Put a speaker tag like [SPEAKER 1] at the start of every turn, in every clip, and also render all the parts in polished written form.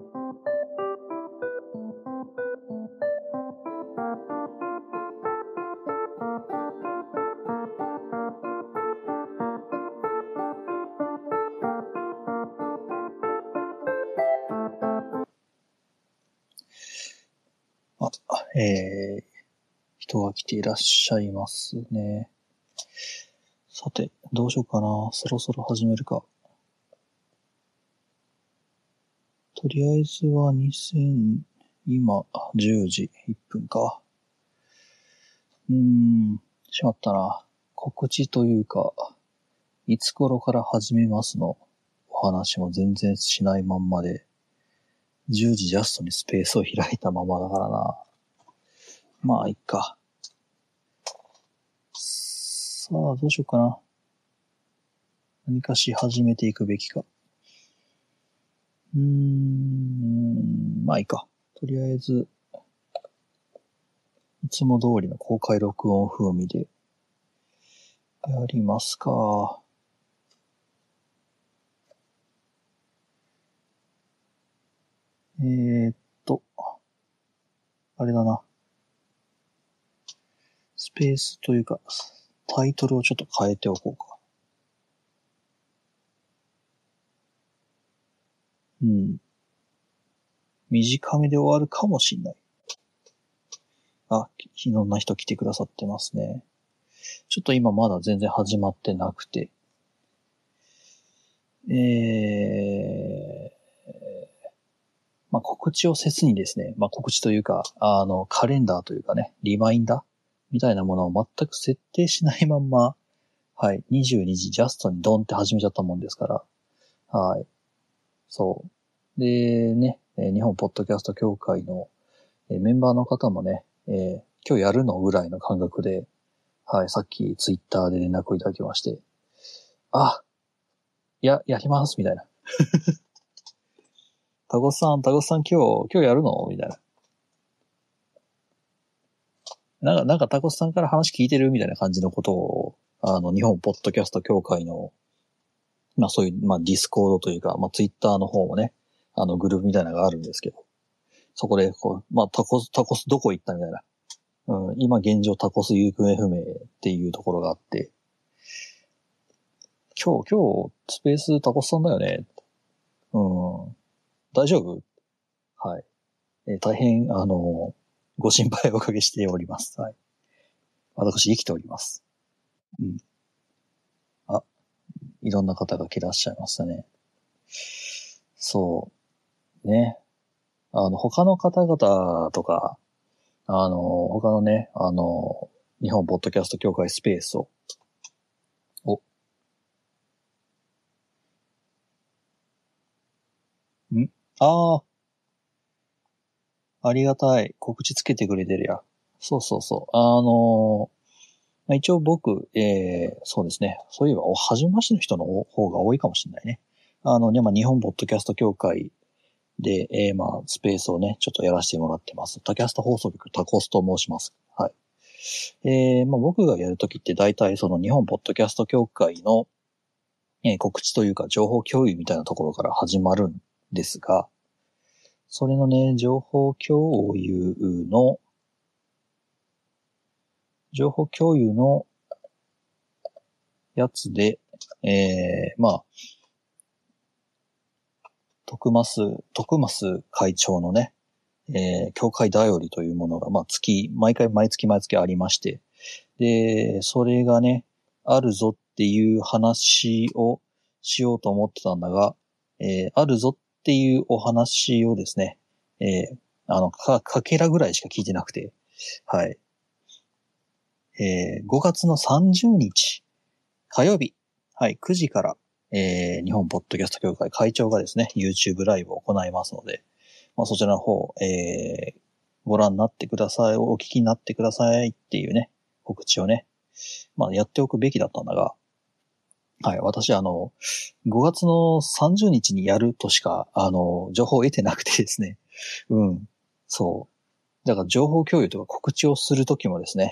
[SPEAKER 1] 人が来ていらっしゃいますね。さて、どうしようかな。そろそろ始めるか。とりあえずは今、10時1分か。しまったな。告知というか、いつ頃から始めますのお話も全然しないまんまで、10時ジャストにスペースを開いたままだからな。まあ、いっか。さあ、どうしようかな。何かし始めていくべきか。まあいいか。とりあえず、いつも通りの公開録音風味で、やりますか。あれだな。スペースというか、タイトルをちょっと変えておこうか。短めで終わるかもしんない。あ、いろんな人来てくださってますね。ちょっと今まだ全然始まってなくて。まあ、告知をせずにですね、まあ、告知というか、カレンダーというかね、リマインダーみたいなものを全く設定しないまんま、はい、22時ジャストにドンって始めちゃったもんですから、はい。そう。で、ね、日本ポッドキャスト協会のメンバーの方もね、今日やるのぐらいの感覚で、はい、さっきツイッターで連絡をいただきまして、やります、みたいな。タコスさん今日やるのみたいな。なんかタコスさんから話聞いてるみたいな感じのことを、日本ポッドキャスト協会の、まあそういう、まあディスコードというか、まあツイッターの方もね、グループみたいなのがあるんですけど、そこで、まあタコスどこ行ったみたいな。今現状タコス行方不明っていうところがあって、今日、スペースタコスさんだよね。大丈夫？はい。大変、ご心配をおかけしております。はい。私、生きております。いろんな方が来らっしゃいましたね。そう。ね。他の方々とか、他のね、日本ポッドキャスト協会スペースを、ああ、ありがたい。告知つけてくれてるや。そうそうそう。一応僕、そうですね。そういえば、初めましての人の方が多いかもしれないね。まあ、日本ポッドキャスト協会で、まあ、スペースをね、ちょっとやらせてもらってます。タキャスト放送局タコスと申します。はい。まあ、僕がやるときって大体その日本ポッドキャスト協会の、告知というか情報共有みたいなところから始まるんですが、それのね、情報共有のやつで、まあ、徳増会長のね、協会だよりというものが、まあ、毎月ありまして、で、それがね、あるぞっていう話をしようと思ってたんだが、あるぞっていうお話をですね、かけらぐらいしか聞いてなくて、はい。5月の30日、火曜日、はい、9時から、日本ポッドキャスト協会会長がですね、YouTube ライブを行いますので、まあ、そちらの方、ご覧になってください、お聞きになってくださいっていうね、告知をね、まあ、やっておくべきだったんだが、はい、私5月の30日にやるとしか、情報を得てなくてですね、そう。だから情報共有とか告知をするときもです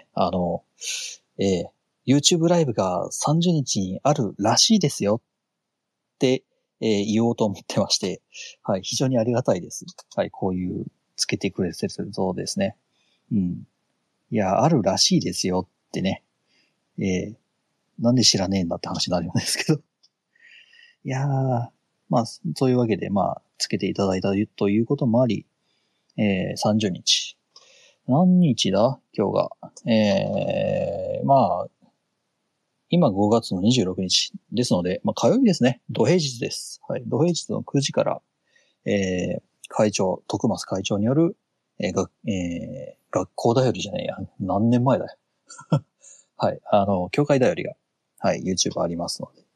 [SPEAKER 1] ね、YouTube ライブが30日にあるらしいですよって、 言おうと思ってまして、はい、非常にありがたいです。はい、こういうつけてくれてるとですね。うん。いや、あるらしいですよってね。なんで知らねえんだって話になるんですけど。いやー、まあ、そういうわけで、まあ、つけていただいたということもあり、30日。何日だ今日が。まあ、今5月の26日ですので、まあ火曜日ですね。土平日です。はい。土平日の9時から、徳松会長による、学校だよりじゃねえや。何年前だよ。はい。教会だよりが、はい、YouTube ありますので。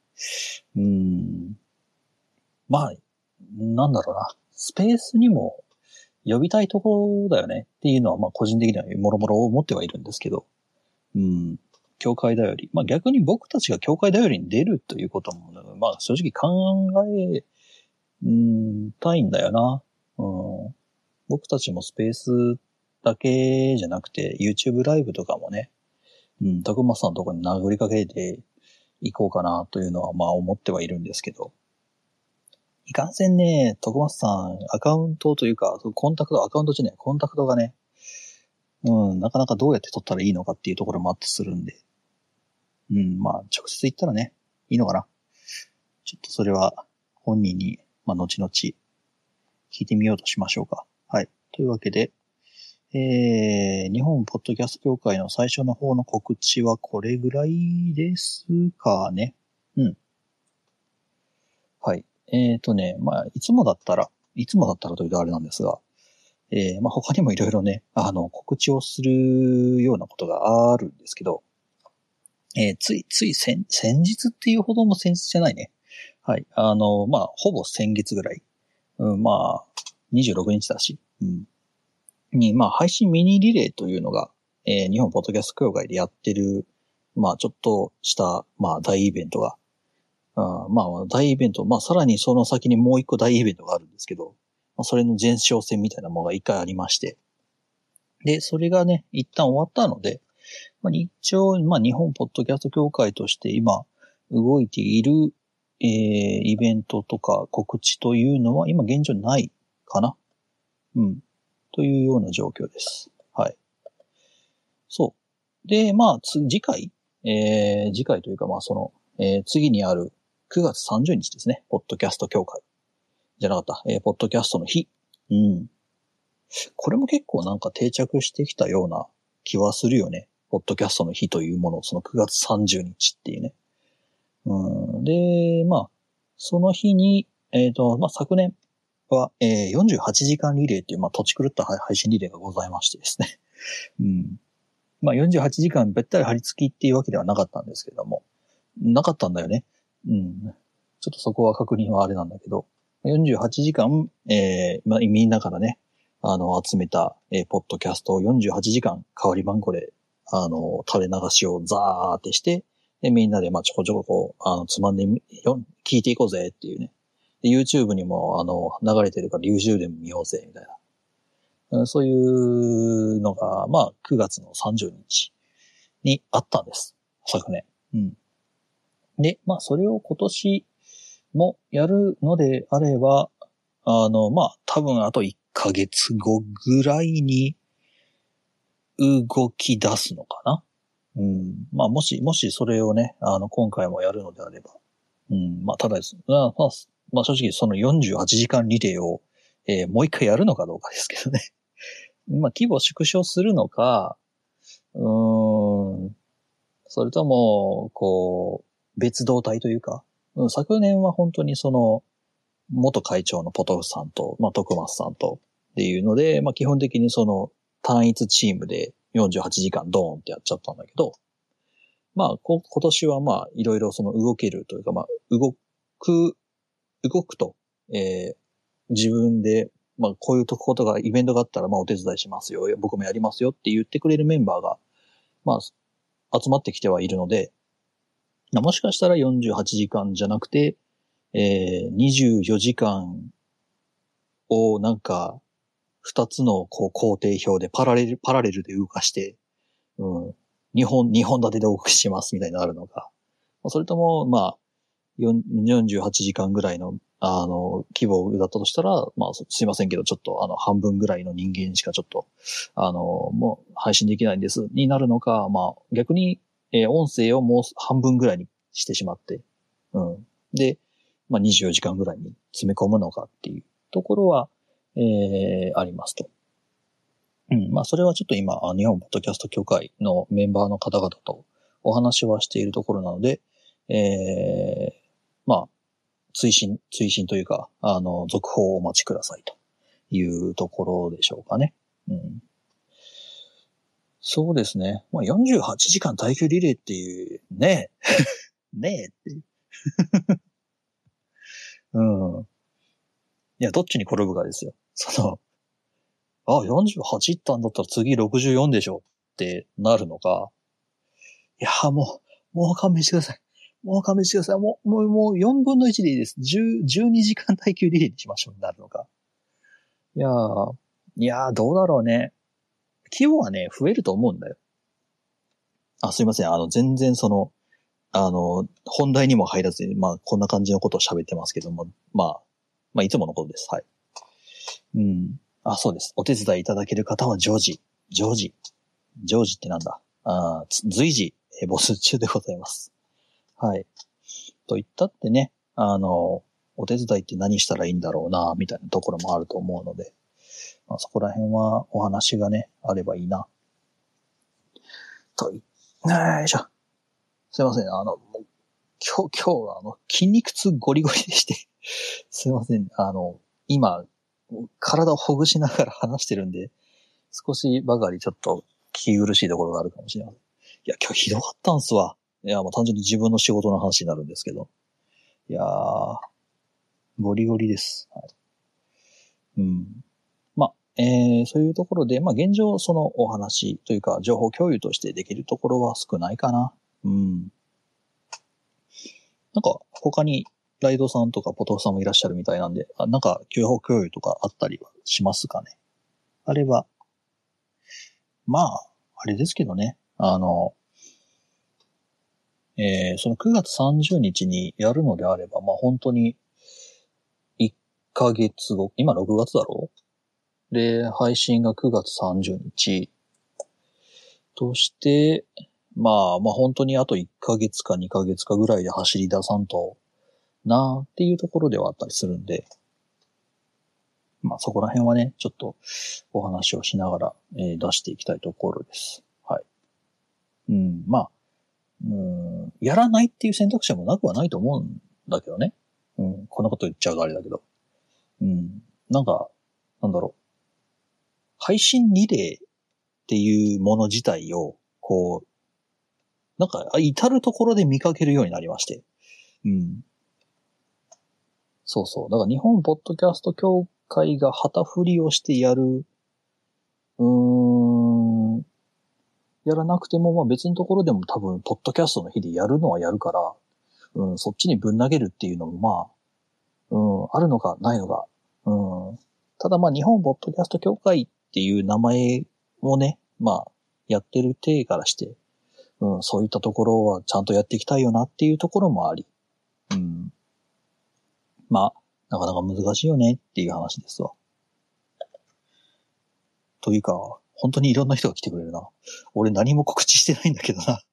[SPEAKER 1] まあ、なんだろうな。スペースにも呼びたいところだよねっていうのは、まあ個人的にはもろもろ思ってはいるんですけど。教会だより。まあ逆に僕たちが教会だよりに出るということも、まあ正直考え、たいんだよな。僕たちもスペースだけじゃなくて、YouTube ライブとかもね、徳松さんのところに殴りかけていこうかなというのはまあ思ってはいるんですけど。いかんせんね、徳松さん、アカウントというか、コンタクトがね、なかなかどうやって取ったらいいのかっていうところもあってするんで。まあ、直接言ったらね、いいのかな。ちょっとそれは、本人に、まあ、後々、聞いてみようとしましょうか。はい。というわけで、日本ポッドキャスト協会の最初の方の告知はこれぐらいですかね。はい。まあ、いつもだったらというとあれなんですが、まあ、他にもいろいろね、告知をするようなことがあるんですけど、つい先日っていうほども先日じゃないね。はい。まあ、ほぼ先月ぐらい。まあ、26日だし。に、まあ、配信ミニリレーというのが、日本ポッドキャスト協会でやってる、まあ、ちょっとした、まあ、大イベントが、まあ、大イベント、まあ、さらにその先にもう一個大イベントがあるんですけど、まあ、それの前哨戦みたいなものが一回ありまして。で、それがね、一旦終わったので、まあ、一応、まあ、日本ポッドキャスト協会として今動いている、イベントとか告知というのは今現状ないかな。というような状況です。はい。そう。で、まあ、次回というか、まあ、次にある9月30日ですね。ポッドキャスト協会。じゃなかった。ポッドキャストの日。これも結構なんか定着してきたような気はするよね。ポッドキャストの日というものを、その9月30日っていうね。で、まあ、その日に、まあ、昨年は、48時間リレーっていう、まあ、土地狂った配信リレーがございましてですね。まあ、48時間べったり張り付きっていうわけではなかったんですけども。なかったんだよね。ちょっとそこは確認はあれなんだけど、48時間、みんなからね、集めた、ポッドキャストを48時間代わり番号で、垂れ流しをザーってして、で、みんなで、まあ、ちょこちょここう、つまんで聞いていこうぜっていうね。で、YouTube にも、流れてるから YouTube でも見ようぜ、みたいな。そういうのが、まあ、9月の30日にあったんです。昨年。で、まあ、それを今年もやるのであれば、まあ、多分あと1ヶ月後ぐらいに動き出すのかな。まあ、もしそれをね、今回もやるのであれば。まあ、ただです。まあ、正直その48時間リレーを、もう一回やるのかどうかですけどね。まあ、規模縮小するのか、それとも、こう、別動隊というか、昨年は本当にその、元会長のポトフさんと、まあ、徳松さんと、っていうので、まあ、基本的にその、単一チームで48時間ドーンってやっちゃったんだけど、まあ、今年はまあ、いろいろその動けるというか、まあ、動くと、自分で、まあ、こういうことが、イベントがあったら、まあ、お手伝いしますよ、僕もやりますよって言ってくれるメンバーが、まあ、集まってきてはいるので、もしかしたら48時間じゃなくて、24時間をなんか、二つのこう工程表でパラレルで動かして、二本立てで動かしますみたいになるのか。それとも、まあ、 48時間ぐらいの、規模だったとしたら、まあ、すいませんけど、ちょっと、半分ぐらいの人間しかちょっと、もう、配信できないんです、になるのか、まあ、逆に、音声をもう半分ぐらいにしてしまって、うん。で、まあ、24時間ぐらいに詰め込むのかっていうところは、ありますと。うん。まあ、それはちょっと今、日本ポッドキャスト協会のメンバーの方々とお話はしているところなので、まあ、追伸というか、続報をお待ちくださいというところでしょうかね。うん。そうですね。まあ、48時間耐久リレーっていう、ねえ、ねえっていう。うん。いや、どっちに転ぶかですよ。48いったんだったら次64でしょってなるのか。いや、もう勘弁してください。もう勘弁してください。もう4分の1でいいです。12時間耐久リレーにしましょうになるのか。いやー、どうだろうね。規模はね、増えると思うんだよ。あ、すいません。全然本題にも入らずに、まあ、こんな感じのことを喋ってますけども、まあ、いつものことです。はい。うん。あ、そうです。お手伝いいただける方は常時ってなんだ。随時、募集中でございます。はい。と言ったってね、お手伝いって何したらいいんだろうな、みたいなところもあると思うので、まあ、そこら辺はお話がね、あればいいな。よいしょ。すいません。今日は筋肉痛ゴリゴリでしてすいません。今、体をほぐしながら話してるんで、少しばかりちょっと聞き苦しいところがあるかもしれません。いや、今日ひどかったんすわ。いや、もう単純に自分の仕事の話になるんですけど。いやー、ゴリゴリです。はい、うん。まあ、そういうところで、まあ現状そのお話というか情報共有としてできるところは少ないかな。うん。なんか他にライドさんとかポトフさんもいらっしゃるみたいなんで、なんか情報共有とかあったりはしますかね。あれは、まあ、あれですけどね。その9月30日ににやるのであれば、まあ本当に1ヶ月後、今6月だろうで、配信が9月30日として、まあ本当にあと1ヶ月か2ヶ月かぐらいで走り出さんとなっていうところではあったりするんで、まあそこら辺はね、ちょっとお話をしながら、出していきたいところです。はい。うん、まあ、やらないっていう選択肢もなくはないと思うんだけどね。うん、こんなこと言っちゃうとあれだけど。うん、なんか、なんだろう。配信リレーっていうもの自体を、こう、なんか、至るところで見かけるようになりまして。うん。そうそう。だから日本ポッドキャスト協会が旗振りをしてやる、やらなくても、まあ別のところでも多分、ポッドキャストの日でやるのはやるから、そっちにぶん投げるっていうのも、まあ、あるのかないのか。ただまあ日本ポッドキャスト協会っていう名前をね、まあ、やってる体からして、そういったところはちゃんとやっていきたいよなっていうところもあり、まあ、なかなか難しいよねっていう話ですわ。というか、本当にいろんな人が来てくれるな。俺何も告知してないんだけどな。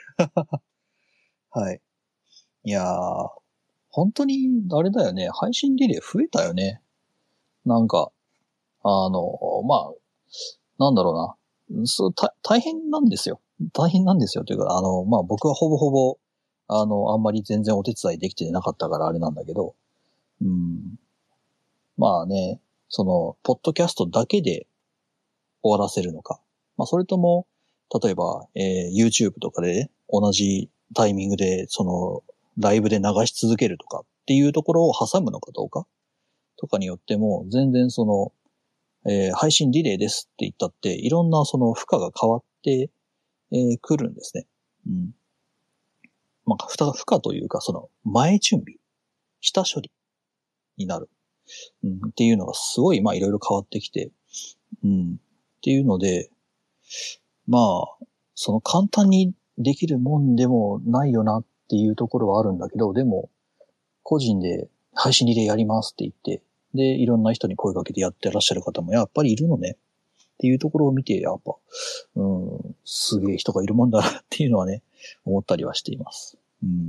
[SPEAKER 1] はい。いやー、本当に、あれだよね。配信リレー増えたよね。なんか、まあ、なんだろうな。大変なんですよ。大変なんですよ。というか、まあ僕はほぼほぼ、あんまり全然お手伝いできてなかったからあれなんだけど、まあね、ポッドキャストだけで終わらせるのか。まあそれとも、例えば、YouTube とかで同じタイミングで、ライブで流し続けるとかっていうところを挟むのかどうかとかによっても、全然配信リレーですって言ったって、いろんな負荷が変わって、くるんですね。まあ、負荷というか、前準備、下処理になる。っていうのがすごい、まあ、いろいろ変わってきて、っていうので、まあ、簡単にできるもんでもないよなっていうところはあるんだけど、でも、 個人で配信リレーやりますって言って、で、いろんな人に声かけてやってらっしゃる方もやっぱりいるのね。っていうところを見て、やっぱ、すげえ人がいるもんだなっていうのはね、思ったりはしています。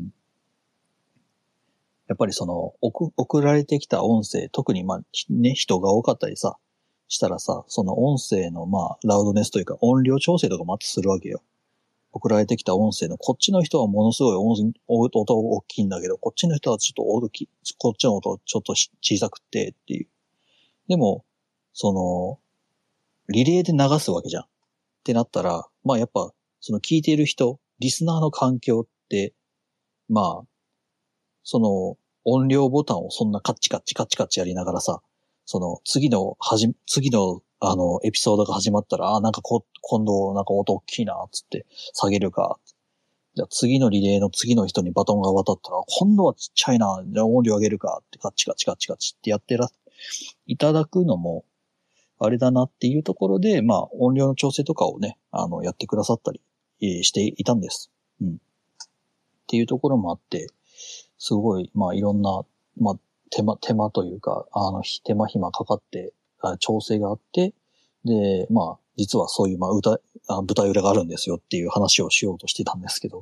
[SPEAKER 1] やっぱりその、送られてきた音声、特にまあ、ね、人が多かったりさ、したらさ、その音声のまあ、ラウドネスというか音量調整とかまたするわけよ。送られてきた音声のこっちの人はものすごい音大きいんだけど、こっちの人はちょっとこっちの音ちょっと小さくてっていう。でも、その、リレーで流すわけじゃん。ってなったら、まあやっぱ、その聞いている人、リスナーの環境って、まあ、その音量ボタンをそんなカッチカッチカッチカッチやりながらさ、その次のエピソードが始まったら、なんか今度なんか音大きいな、つって下げるか。じゃあ次のリレーの次の人にバトンが渡ったら、今度はちっちゃいな、じゃあ音量上げるかってカッチカチカチカチってやっていただくのも、あれだなっていうところで、まあ音量の調整とかをね、やってくださったり、していたんです。っていうところもあって、すごい、まあいろんな、まあ手間というか、手間暇かかって、調整があって、で、まあ、実はそういう、まあ舞台裏があるんですよっていう話をしようとしてたんですけど。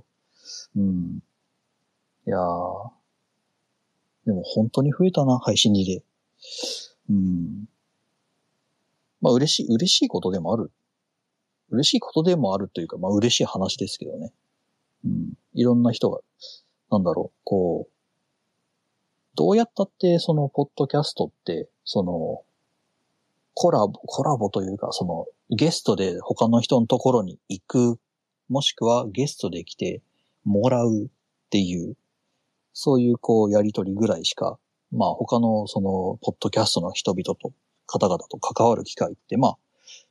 [SPEAKER 1] いやー、でも本当に増えたな、配信リレー。まあ嬉しいことでもある。嬉しいことでもあるというか、まあ嬉しい話ですけどね。いろんな人が、なんだろう、こう、どうやったって、その、ポッドキャストって、その、コラボというか、その、ゲストで他の人のところに行く、もしくはゲストで来てもらうっていう、そういうこう、やりとりぐらいしか、まあ他のその、ポッドキャストの人々と、方々と関わる機会って、まあ、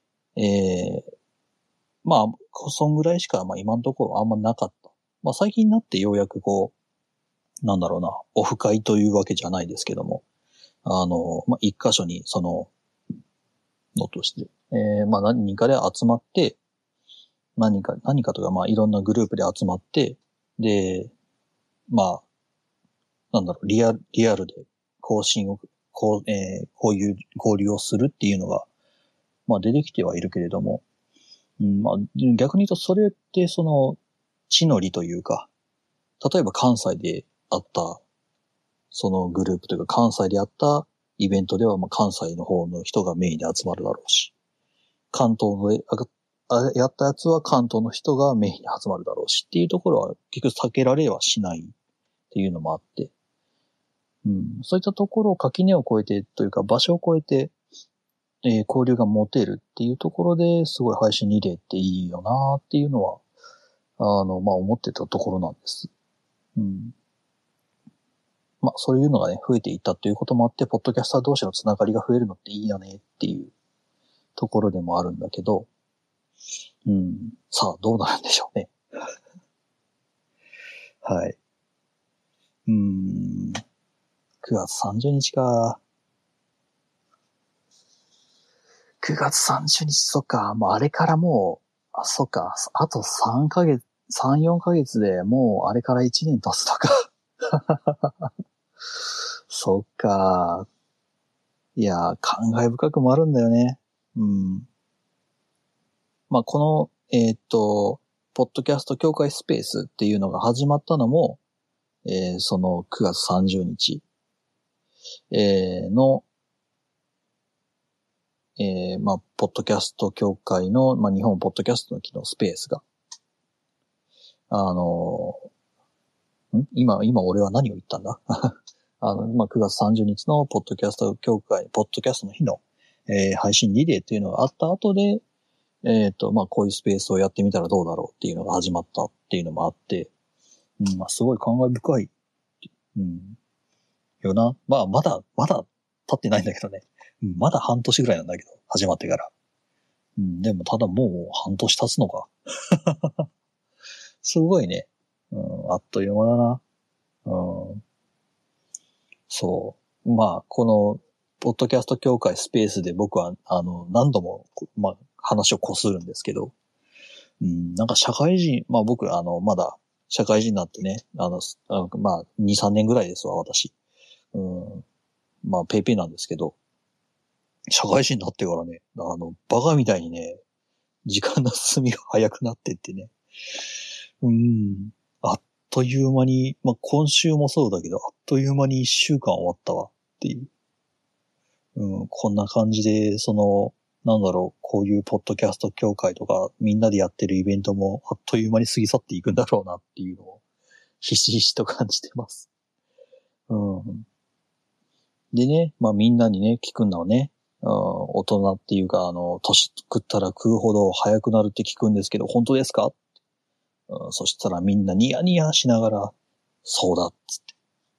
[SPEAKER 1] まあ、そんぐらいしか、まあ今のところあんまなかった。まあ最近になってようやくこう、なんだろうな、オフ会というわけじゃないですけども、まあ一箇所にその、のとして、まあ何人かで集まって、何かとかまあいろんなグループで集まって、で、まあ、なんだろう、リアルで更新を、こういう交流をするっていうのが、まあ出てきてはいるけれども、まあ逆に言うとそれってその、地の利というか、例えば関西であった、そのグループというか関西であったイベントではまあ関西の方の人がメインで集まるだろうし、関東でやったやつは関東の人がメインに集まるだろうしっていうところは結局避けられはしないっていうのもあって、そういったところを垣根を越えてというか場所を越えて、交流が持てるっていうところですごい配信リレーっていいよなっていうのは、まあ思ってたところなんです。まあそういうのがね、増えていったということもあって、ポッドキャスター同士のつながりが増えるのっていいよねっていうところでもあるんだけど、さあどうなるんでしょうね。はい。9月30日か。9月30日、そっか。もうあれからもう、そっか。あと3ヶ月、3、4ヶ月でもうあれから1年経つのか。そっか。いや、感慨深くもあるんだよね。まあ、この、ポッドキャスト協会スペースっていうのが始まったのも、その9月30日、の、まあ、ポッドキャスト協会の、まあ、日本ポッドキャストの機能スペースが、今俺は何を言ったんだまあ、9月30日のポッドキャスト協会、ポッドキャストの日の、配信リレーっていうのがあった後で、まあ、こういうスペースをやってみたらどうだろうっていうのが始まったっていうのもあって、まあ、すごい感慨深い、よな。まあ、まだ経ってないんだけどね。まだ半年ぐらいなんだけど、始まってから。でもただもう半年経つのか。すごいね。あっという間だな。そう。まあ、この、ポッドキャスト協会スペースで僕は、何度も、まあ、話をこするんですけど、なんか社会人、まあ僕、まだ、 社会人になってね、まあ、2、3年ぐらいですわ、私。まあ、ペイペイなんですけど、社会人になってからね、バカみたいにね、時間の進みが早くなってってね。あっという間に、まあ、今週もそうだけど、あっという間に1週間終わったわっていう。こんな感じで、なんだろう、こういうポッドキャスト協会とか、みんなでやってるイベントも、あっという間に過ぎ去っていくんだろうなっていうのを、ひしひしと感じてます。でね、まあみんなにね、聞くのはね、大人っていうか、年食ったら食うほど早くなるって聞くんですけど、本当ですか？そしたらみんなニヤニヤしながら、そうだっつって。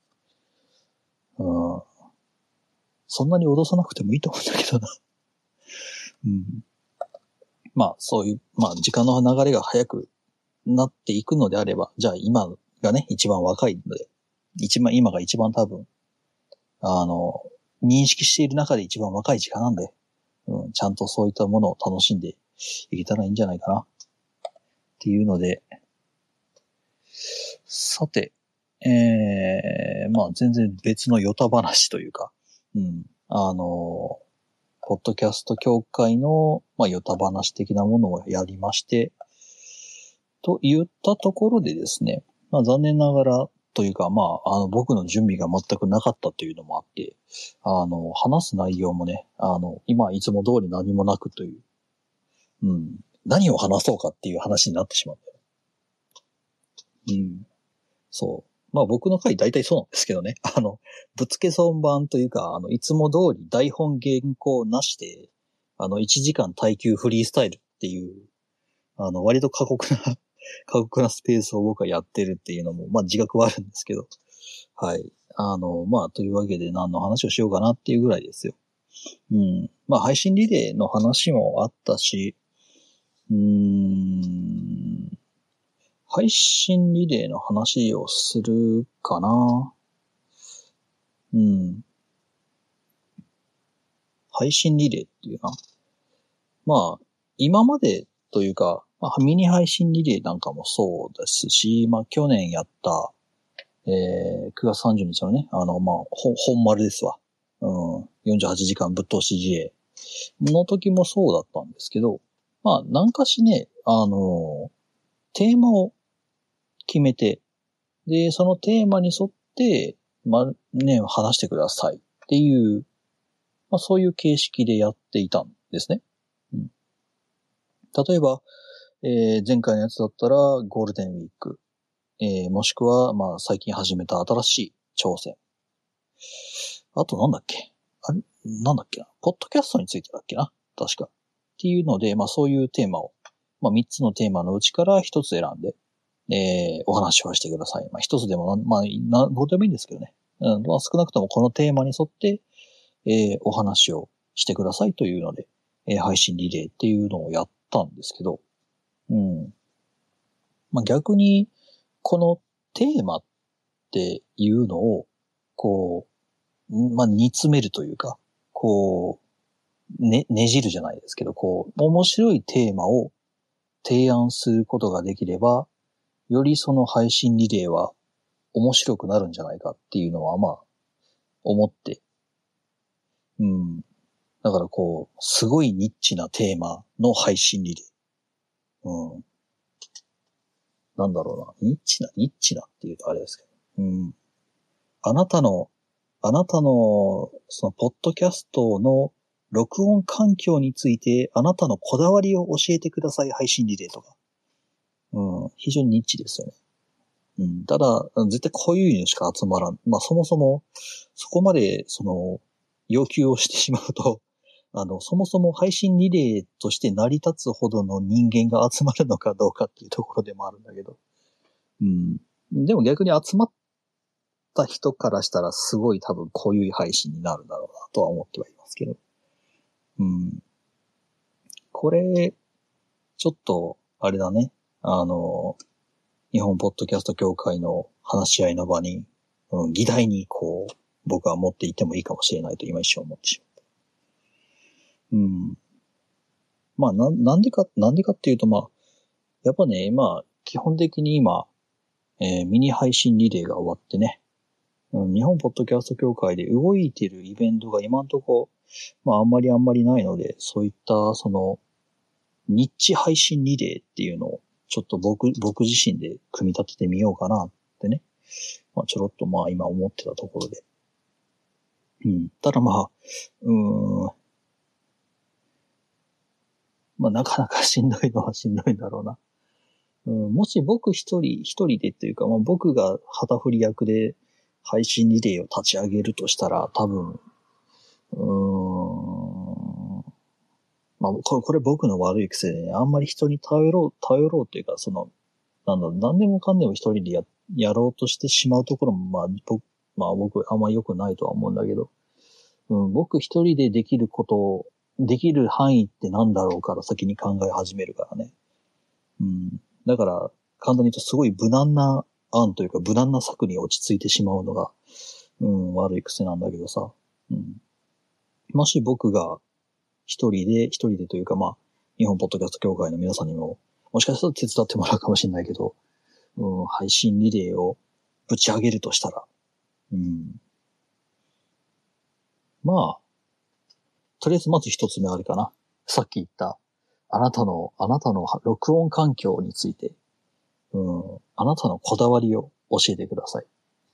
[SPEAKER 1] そんなに脅さなくてもいいと思うんだけどな。まあそういう、まあ時間の流れが早くなっていくのであれば、じゃあ今がね、一番若いので、今が一番多分、認識している中で一番若い時間なんで、ちゃんとそういったものを楽しんでいけたらいいんじゃないかな。っていうので、さて、まあ全然別のヨタ話というか、ポッドキャスト協会の、まあ、ヨタ話的なものをやりまして、と言ったところでですね、まあ残念ながらというか、まあ、僕の準備が全くなかったというのもあって、話す内容もね、今いつも通り何もなくという、何を話そうかっていう話になってしまった。そう。まあ僕の回大体そうなんですけどね。ぶつけ本番というか、いつも通り台本原稿なしで、1時間耐久フリースタイルっていう、割と過酷な過酷なスペースを僕はやってるっていうのも、まあ自覚はあるんですけど。はい。まあというわけで何の話をしようかなっていうぐらいですよ。まあ配信リレーの話もあったし、配信リレーの話をするかな。配信リレーっていうな。まあ、今までというか、まあ、ミニ配信リレーなんかもそうですし、まあ去年やった、9月30日のね、まあ、本丸ですわ。48時間ぶっ通し GA の時もそうだったんですけど、まあ、なんかしね、テーマを決めて、で、そのテーマに沿って、まあ、ね、話してくださいっていう、まあ、そういう形式でやっていたんですね。例えば、前回のやつだったらゴールデンウィーク、もしくは、まあ、最近始めた新しい挑戦。あとなんだっけなんだっけなポッドキャストについてだっけな確か。っていうので、まあそういうテーマを、まあ3つのテーマのうちから1つ選んで、お話をしてください。まあ1つでもまあ、どうでもいいんですけどね。まあ少なくともこのテーマに沿って、お話をしてくださいというので、配信リレーっていうのをやったんですけど、まあ逆に、このテーマっていうのを、こう、まあ煮詰めるというか、こう、ねじるじゃないですけど、こう、面白いテーマを提案することができれば、よりその配信リレーは面白くなるんじゃないかっていうのは、まあ、思って、だからこう、すごいニッチなテーマの配信リレー。なんだろうな。ニッチなっていうとあれですけど。あなたの、その、ポッドキャストの録音環境について、あなたのこだわりを教えてください配信リレーとか。非常にニッチですよね。ただ、絶対こういうのしか集まらん。まあそもそも、そこまで、要求をしてしまうと、そもそも配信リレーとして成り立つほどの人間が集まるのかどうかっていうところでもあるんだけど。でも逆に集まった人からしたらすごい多分こういう配信になるんだろうなとは思ってはいますけど。これ、ちょっと、あれだね。日本ポッドキャスト協会の話し合いの場に、議題にこう、僕は持っていてもいいかもしれないと今一瞬思ってしまった。まあ、なんでかっていうと、まあ、やっぱね、まあ、基本的に今、 ミニ配信リレーが終わってね、日本ポッドキャスト協会で動いてるイベントが今んとこ、あんまりないので、そういった、ニッチ配信リレーっていうのを、ちょっと僕自身で組み立ててみようかなってね。ちょろっと今思ってたところで。ただなかなかしんどいのはしんどいんだろうな。もし僕一人でっていうか、僕が旗振り役で配信リレーを立ち上げるとしたら、多分、これ僕の悪い癖でね、あんまり人に頼ろうというか、何でもかんでも一人でやろうとしてしまうところも、僕あんま良くないとは思うんだけど、僕一人でできる範囲ってなんだろうから先に考え始めるからね。だから、簡単に言うとすごい無難な案というか無難な策に落ち着いてしまうのが、悪い癖なんだけどさ。もし僕が一人でというか日本ポッドキャスト協会の皆さんにも、もしかしたら手伝ってもらうかもしれないけど、配信リレーをぶち上げるとしたら、とりあえずまず一つ目あれかな。さっき言った、あなたの録音環境について、あなたのこだわりを教えてください。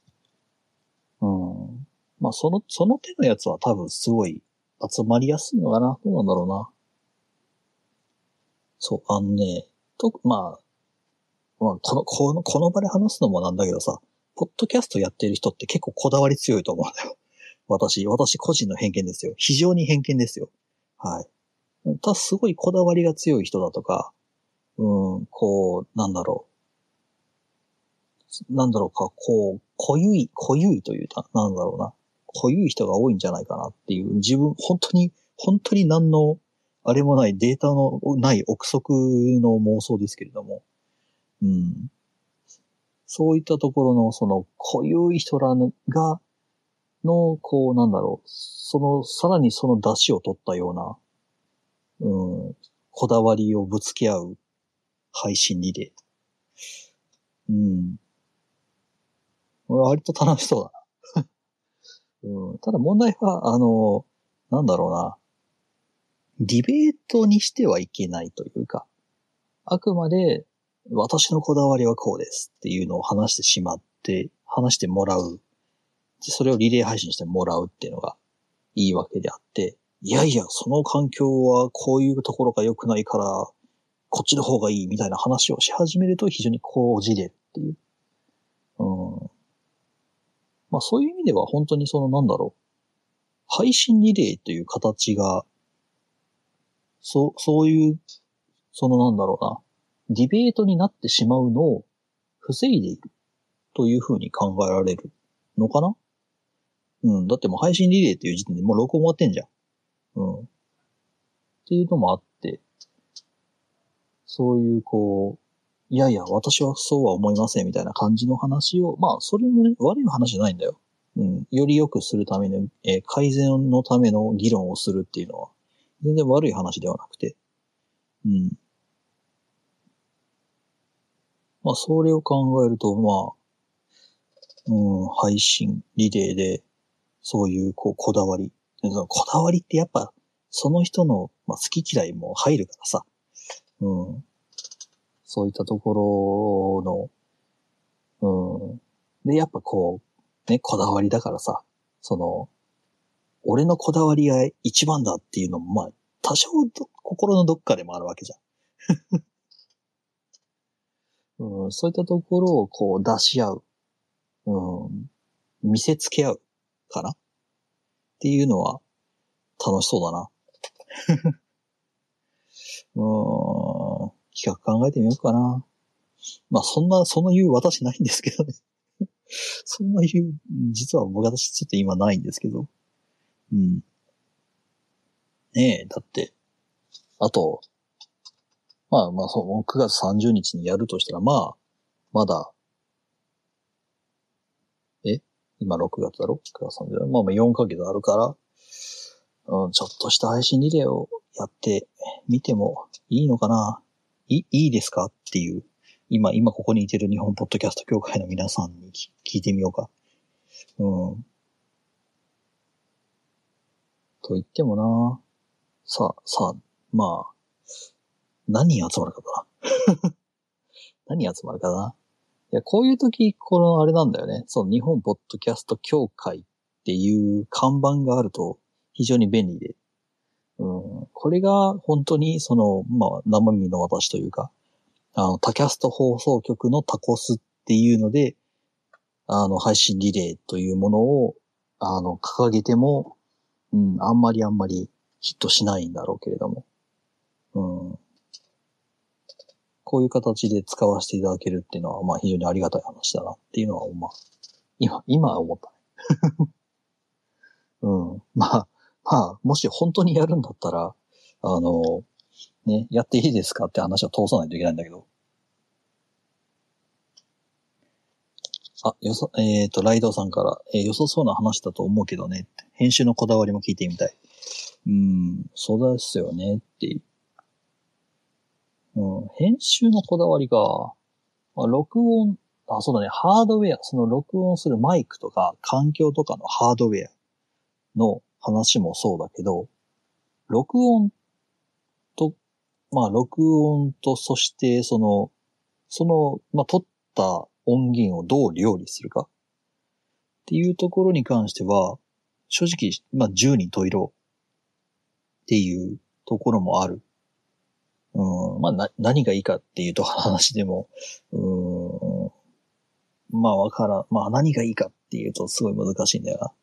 [SPEAKER 1] その手のやつは多分すごい集まりやすいのかな。どうなんだろうな。そう、この場で話すのもなんだけどさ、ポッドキャストやってる人って結構こだわり強いと思うんだよ。私個人の偏見ですよ。非常に偏見ですよ。はい。すごいこだわりが強い人だとか、濃ゆいというか、濃ゆい人が多いんじゃないかなっていう、自分、本当に何の、あれもないデータのない憶測の妄想ですけれども、そういったところの、濃ゆい人らが、さらにその出汁を取ったような、こだわりをぶつけ合う配信リレー。割と楽しそうだな。ただ問題は、ディベートにしてはいけないというか、あくまで私のこだわりはこうですっていうのを話してもらう。それをリレー配信してもらうっていうのがいいわけであって、いやいや、その環境はこういうところが良くないから、こっちの方がいいみたいな話をし始めると非常にこじれるっていう。そういう意味では本当に配信リレーという形が、そういう、ディベートになってしまうのを防いでいるというふうに考えられるのかな？だってもう配信リレーっていう時点でもう録音終わってんじゃん。っていうのもあって、そういういやいや、私はそうは思いませんみたいな感じの話を、それもね、悪い話じゃないんだよ。より良くするための、改善のための議論をするっていうのは、全然悪い話ではなくて、それを考えると、配信、リレーで、そういう、こだわり。こだわりってやっぱ、その人の、好き嫌いも入るからさ、そういったところの、で、やっぱこだわりだからさ、俺のこだわりが一番だっていうのも、多少心のどっかでもあるわけじゃん。そういったところを出し合う。見せつけ合うかなっていうのは楽しそうだな。企画考えてみようかな。その言う私ないんですけどね。そんな言う、実は私ちょっと今ないんですけど。ねえ、だって、あと、9月30日にやるとしたら、まだ、今6月だろ ?9 月30日。4ヶ月あるから、ちょっとした配信リレーをやってみてもいいのかないいですかっていう。 今ここにいてる日本ポッドキャスト協会の皆さんに聞いてみようか。と言ってもな、さあ、まあ、何人集まるかだな。何人集まるかな。いや、こういう時、あれなんだよね。その日本ポッドキャスト協会っていう看板があると非常に便利で。これが本当に生身の私というか、タキャスト放送局のタコスっていうので、配信リレーというものを、掲げても、あんまりヒットしないんだろうけれども。こういう形で使わせていただけるっていうのは、非常にありがたい話だなっていうのは、今は思ったね。もし本当にやるんだったら、やっていいですかって話は通さないといけないんだけど。ライドさんから、良さそうな話だと思うけどね。編集のこだわりも聞いてみたい。そうですよねっていう。編集のこだわりが、録音、そうだね、ハードウェア、その録音するマイクとか環境とかのハードウェアの話もそうだけど、録音と、そして、撮った音源をどう料理するかっていうところに関しては、正直、十人十色っていうところもある。何がいいかっていうと話でも、何がいいかっていうとすごい難しいんだよ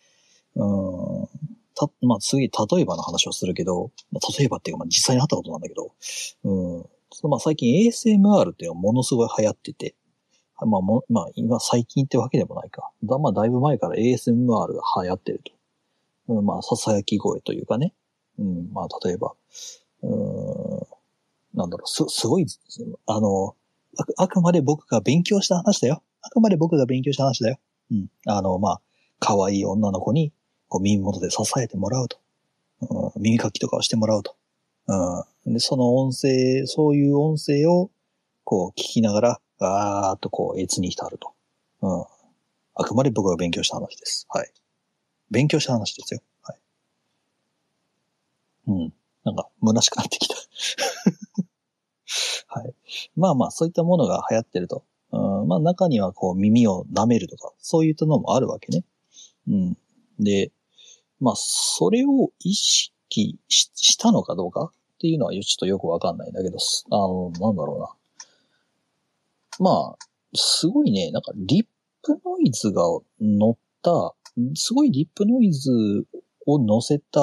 [SPEAKER 1] な。次、例えばの話をするけど、例えばっていうか、実際にあったことなんだけど、最近 ASMR っていうのがものすごい流行ってて、今最近ってわけでもないか。だいぶ前から ASMR が流行ってると。囁き声というかね。例えば、すごい、あくまで僕が勉強した話だよ。あくまで僕が勉強した話だよ。可愛い女の子に、耳元で支えてもらうと。耳かきとかをしてもらうと。で、そういう音声を、聞きながら、越に浸ると。あくまで僕が勉強した話です。はい。勉強した話ですよ。はい。虚しくなってきた。はい。そういったものが流行ってると。中には耳を舐めるとか、そういったのもあるわけね。で、それを意識したのかどうかっていうのはちょっとよくわかんないんだけど、なんだろうな。すごいね、リップノイズが乗った、すごいリップノイズを乗せた、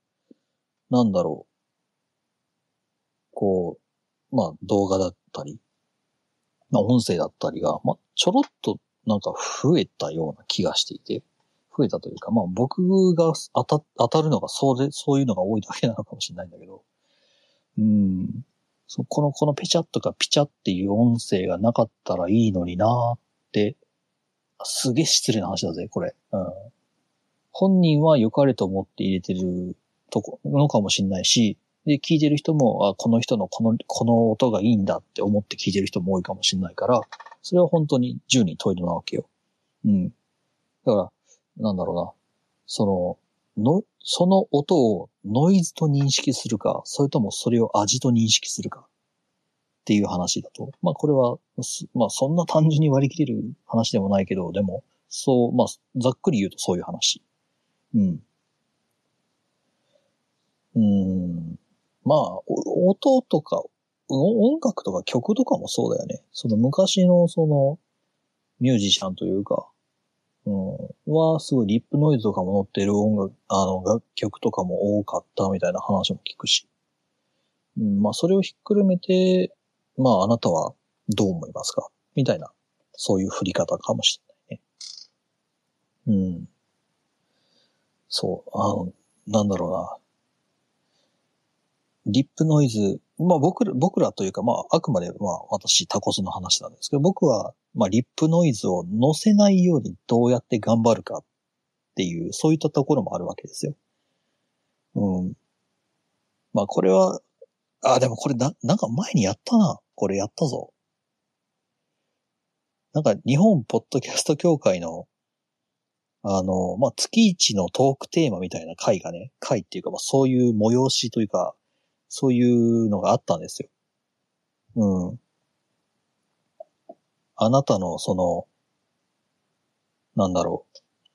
[SPEAKER 1] 動画だったり、音声だったりが、ちょろっと増えたような気がしていて、増えたというか、僕が当たるのがそういうのが多いだけなのかもしれないんだけど、このペチャッとかピチャっていう音声がなかったらいいのになーって、すげえ失礼な話だぜ、これ。本人は良かれと思って入れてるのかもしれないし、で、聞いてる人も、この人のこの音がいいんだって思って聞いてる人も多いかもしれないから、それは本当に十人十色なわけよ。だから、その音をノイズと認識するか、それともそれを味と認識するかっていう話だと。これは、そんな単純に割り切れる話でもないけど、でも、ざっくり言うとそういう話。音とか、音楽とか曲とかもそうだよね。昔のミュージシャンというか、はすごいリップノイズとかも乗ってる楽曲とかも多かったみたいな話も聞くし。それをひっくるめて、あなたはどう思いますかみたいな、そういう振り方かもしれないね。そう、なんだろうな。リップノイズ、僕らというか、あくまで、私、タコスの話なんですけど、僕は、リップノイズを乗せないようにどうやって頑張るかっていう、そういったところもあるわけですよ。これは、でもこれなんか前にやったな。これやったぞ。 なんか日本ポッドキャスト協会の、まあ、月一のトークテーマみたいな会っていうか、まあ、そういう催しというか、そういうのがあったんですよ。うん。あなたの、なんだろ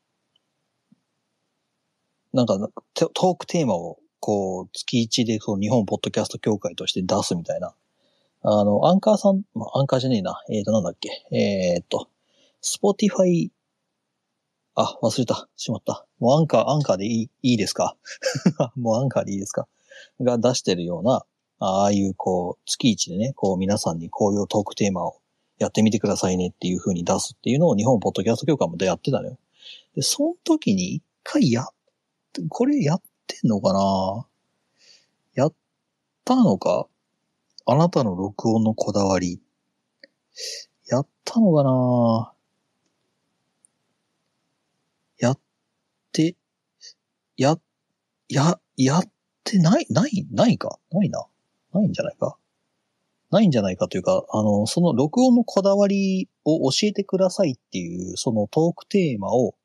[SPEAKER 1] う。なんか、トークテーマを、こう、月一で、日本ポッドキャスト協会として出すみたいな。アンカーさん、まあ、アンカーじゃねえな。なんだっけ。スポティファイ、忘れた。しまった。もうアンカーでいいですか？もうアンカーでいいですか？が出してるような、ああいうこう、月一でね、こう皆さんにこういうトークテーマをやってみてくださいねっていう風に出すっていうのを日本ポッドキャスト協会もやってたのよ。で、その時に一回これやってんのかな？やったのか？あなたの録音のこだわり。やったのかな？やって、や、やってないかないな。ないんじゃないかないんじゃないかというか、その録音のこだわりを教えてくださいっていう、そのトークテーマを、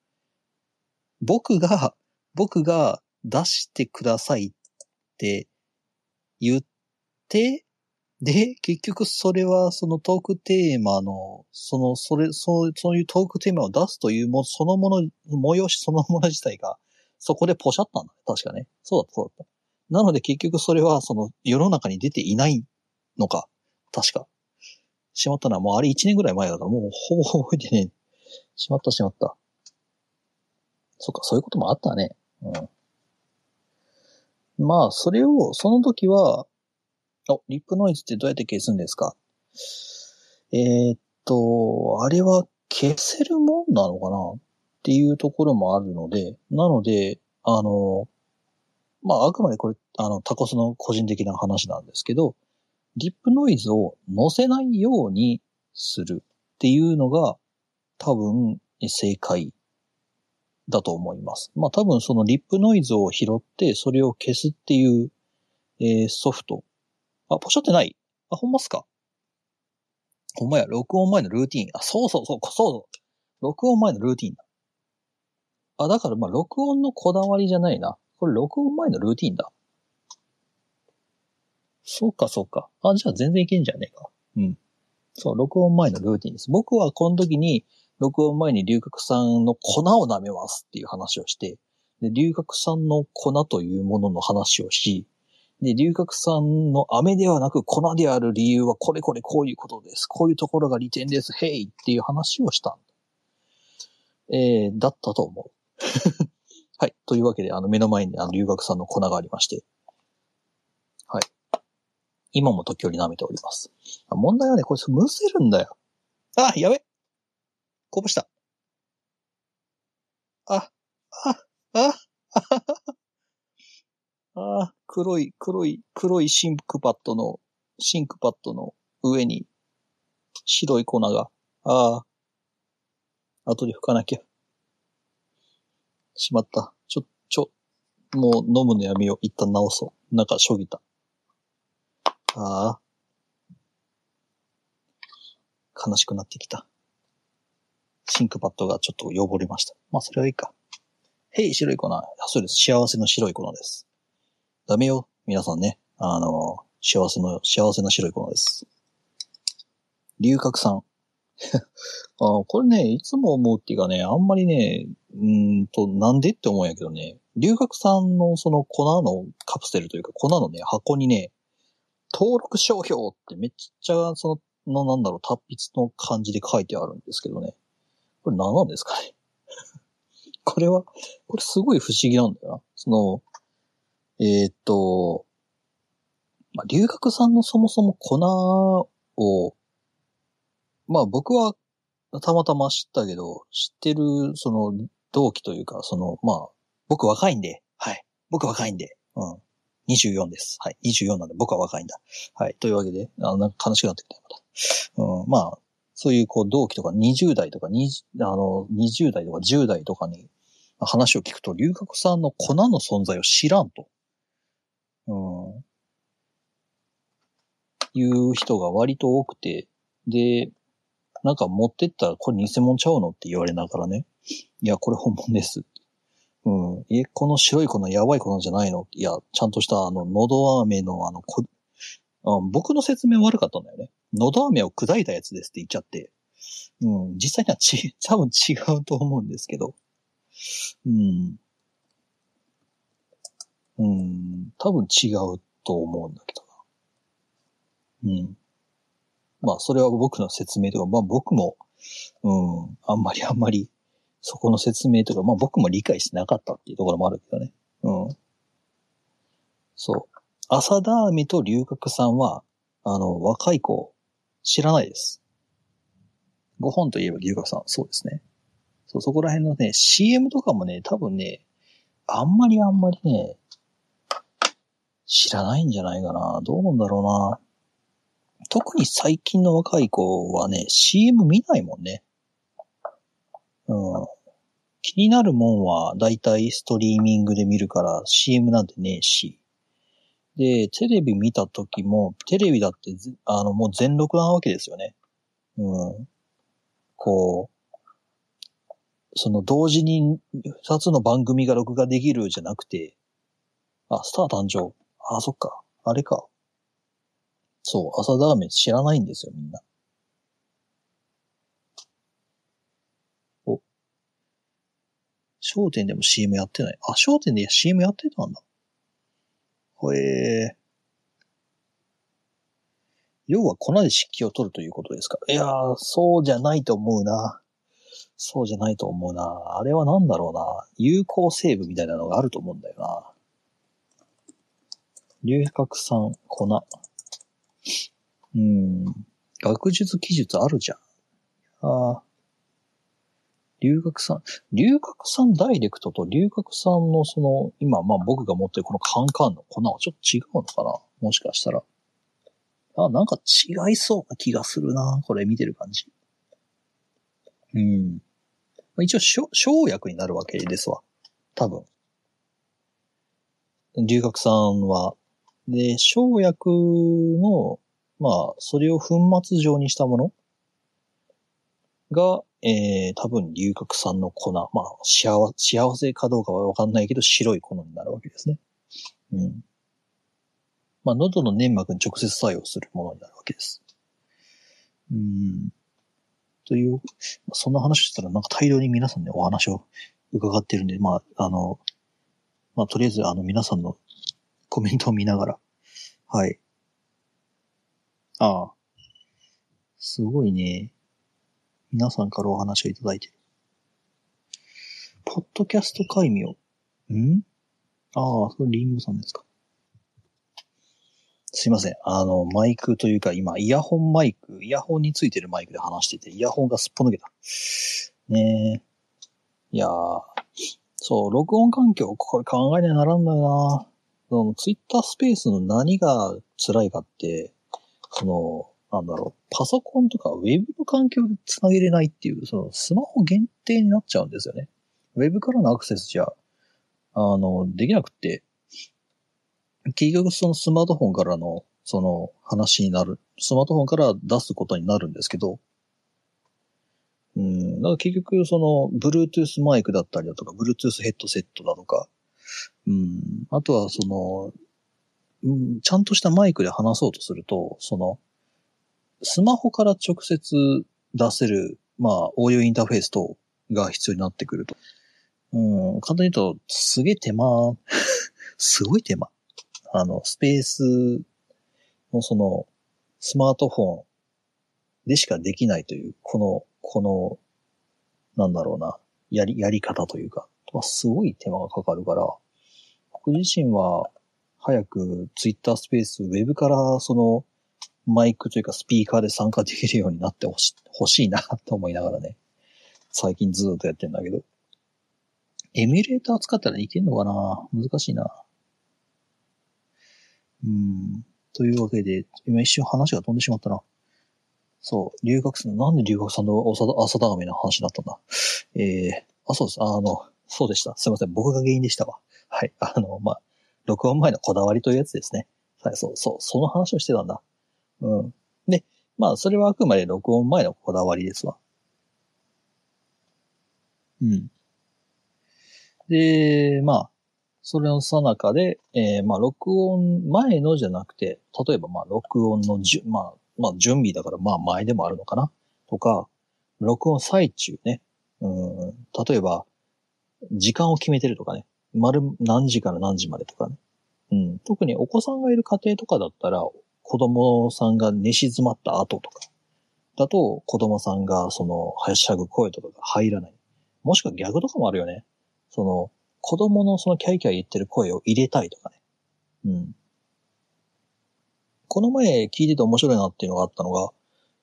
[SPEAKER 1] 僕が出してくださいって言って、で、結局それはそのトークテーマの、そういうトークテーマを出すというそのもの、催しそのもの自体が、そこでポシャったんだね。確かね。そうだった。なので結局それはその世の中に出ていないのか。確か。しまったな。もうあれ1年ぐらい前だから、もうほぼ覚えてねえ。しまった。そっか、そういうこともあったね。うん。まあ、その時は、リップノイズってどうやって消すんですか？あれは消せるもんなのかなっていうところもあるので、なので、まあ、あくまでこれ、タコスの個人的な話なんですけど、リップノイズを載せないようにするっていうのが多分正解だと思います。まあ多分そのリップノイズを拾ってそれを消すっていう、ソフト。ポシャってない？ほんまっすか？ほんまや、録音前のルーティーン。そう。録音前のルーティーンだ。だからまあ録音のこだわりじゃないな。これ録音前のルーティーンだ。そうか。じゃあ全然いけんじゃねえか。うん。そう、録音前のルーティンです。僕はこの時に、録音前に龍角散の粉を舐めますっていう話をして、で、龍角散の粉というものの話をし、で、龍角散の飴ではなく粉である理由はこれこういうことです。こういうところが利点です。へいっていう話をしただったと思う。はい。というわけで、目の前に龍角散の粉がありまして、はい。今も時折舐めております。問題はね、これむせるんだよ。やべ。こぼした。あ、あ、あ、黒いシンクパッドの上に白い粉が、後で拭かなきゃ。しまった。もう飲むのやめよう。一旦直そう。なんかしょぎた。悲しくなってきた。シンクパッドがちょっと汚れました。まあ、それはいいか。へい、白い粉。そうです。幸せの白い粉です。ダメよ。皆さんね。幸せな白い粉です。龍角散。これね、いつも思うっていうかね、あんまりね、なんでって思うんやけどね、龍角散のその粉のカプセルというか粉のね、箱にね、登録商標ってめっちゃ、達筆の感じで書いてあるんですけどね。これ何なんですかね？これすごい不思議なんだよな。まあ、龍角散のそもそも粉を、まあ僕はたまたま知ったけど、知ってる、その、同期というか、まあ、僕若いんで、はい。僕若いんで、うん。24です。はい。24なんで僕は若いんだ。はい。というわけで、なんか悲しくなってきたよ、また。うん。まあ、そういう、こう、同期とか20代とか、20代とか10代とかに話を聞くと、龍角散の粉の存在を知らんと。うん。いう人が割と多くて、で、 なんか持ってったらこれ偽物ちゃうのって言われながらね。いや、これ本物です。うん。この白い粉やばい粉じゃないの？いや、ちゃんとしたのど飴の僕の説明悪かったんだよね。のど飴を砕いたやつですって言っちゃって。うん。実際には多分違うと思うんですけど。うん。うん。多分違うと思うんだけどな。うん。まあ、それは僕の説明とか、まあ僕も、あんまり、そこの説明とか、まあ僕も理解してなかったっていうところもあるけどね。うん。そう。浅田飴と龍角さんは、若い子、知らないです。ご本といえば龍角さん、そうですね。そう、そこら辺のね、CM とかもね、多分ね、あんまりね、知らないんじゃないかな。どうなんだろうな。特に最近の若い子はね、CM 見ないもんね。うん。気になるもんは、だいたいストリーミングで見るから CM なんてねえし。で、テレビ見た時も、テレビだってもう全録なわけですよね。うん。こう、その同時に二つの番組が録画できるじゃなくて、スター誕生。そっか。あれか。そう、朝ラーメン知らないんですよ、みんな。お、商店でも CM やってない。商店で CM やってたんだ。要は粉で湿気を取るということですか？いやー、そうじゃないと思うな。そうじゃないと思うな。あれはなんだろうな。有効成分みたいなのがあると思うんだよな。龍角散、粉。学術記述あるじゃん。龍角散ダイレクトと龍角散の今、まあ僕が持ってるこのカンカンの粉はちょっと違うのかな？もしかしたら。なんか違いそうな気がするな。これ見てる感じ。一応、生薬になるわけですわ。多分。龍角散は。で、生薬の、まあ、それを粉末状にしたものが、多分龍角散の粉。まあ、幸せかどうかはわかんないけど、白い粉になるわけですね。まあ、喉の粘膜に直接作用するものになるわけです。という、そんな話したらなんか大量に皆さんね、お話を伺ってるんで、まあ、とりあえず皆さんのコメントを見ながら、はい。すごいね。皆さんからお話をいただいてる。ポッドキャスト界名。それリンゴさんですか。すいません。マイクというか今、イヤホンについてるマイクで話してて、イヤホンがすっぽ抜けた。ねえ。いやー、そう、録音環境、これ考えにならんだよな。ツイッタースペースの何が辛いかって、なんだろう、パソコンとかウェブの環境で繋げれないっていう、スマホ限定になっちゃうんですよね。ウェブからのアクセスじゃ、できなくって、結局そのスマートフォンからの、話になる、スマートフォンから出すことになるんですけど、だから結局Bluetooth マイクだったりだとか、Bluetooth ヘッドセットだとか、あとはちゃんとしたマイクで話そうとすると、スマホから直接出せる、まあ、オーディオインターフェース等が必要になってくると。簡単に言うと、すげえ手間、すごい手間。スペースのスマートフォンでしかできないという、この、なんだろうな、やり方というか、すごい手間がかかるから、僕自身は、早くツイッタースペース、ウェブからマイクというかスピーカーで参加できるようになってほしいなと思いながらね、最近ずっとやってんだけど。エミュレーター使ったらいけんのかな？難しいな。というわけで、今一瞬話が飛んでしまったな。そう、なんで留学さんの浅田亀の話になったんだ。そうです。そうでした。すいません。僕が原因でしたわ。はい。まあ、録音前のこだわりというやつですね。はい、その話をしてたんだ。で、 まあ、それはあくまで録音前のこだわりですわ。うん。で、まあ、それの最中で、まあ、録音前のじゃなくて、例えばまあ、録音のまあ、準備だからまあ、前でもあるのかなとか、録音最中ね。例えば、時間を決めてるとかね。丸何時から何時までとかね。特にお子さんがいる家庭とかだったら、子供さんが寝静まった後とか、だと子供さんがはしゃぐ声とかが入らない。もしくは逆とかもあるよね。子供のキャイキャイ言ってる声を入れたいとかね。この前聞いてて面白いなっていうのがあったのが、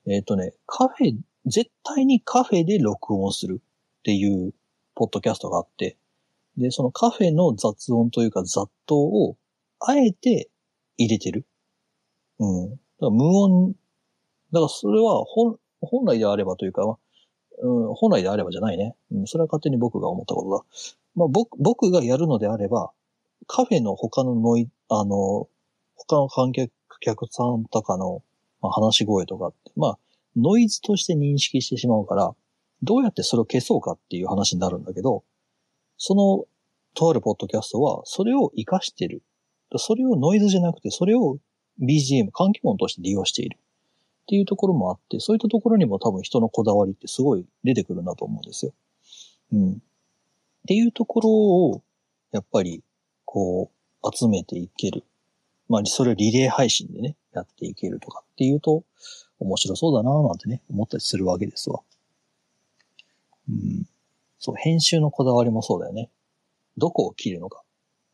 [SPEAKER 1] 絶対にカフェで録音するっていうポッドキャストがあって、で、そのカフェの雑音というか雑踏をあえて入れてる。だから無音、だからそれは本来であればというか、本来であればじゃないね。それは勝手に僕が思ったことだ。まあ、僕がやるのであれば、カフェの他の他の客さんとかの、まあ、話し声とかって、まあ、ノイズとして認識してしまうから、どうやってそれを消そうかっていう話になるんだけど、とあるポッドキャストは、それを活かしてる。それをノイズじゃなくて、それを BGM、環境音として利用している。っていうところもあって、そういったところにも多分人のこだわりってすごい出てくるなと思うんですよ。っていうところを、やっぱり、集めていける。まあ、それをリレー配信でね、やっていけるとかっていうと、面白そうだなぁなんてね、思ったりするわけですわ。そう、編集のこだわりもそうだよね。どこを切るのか。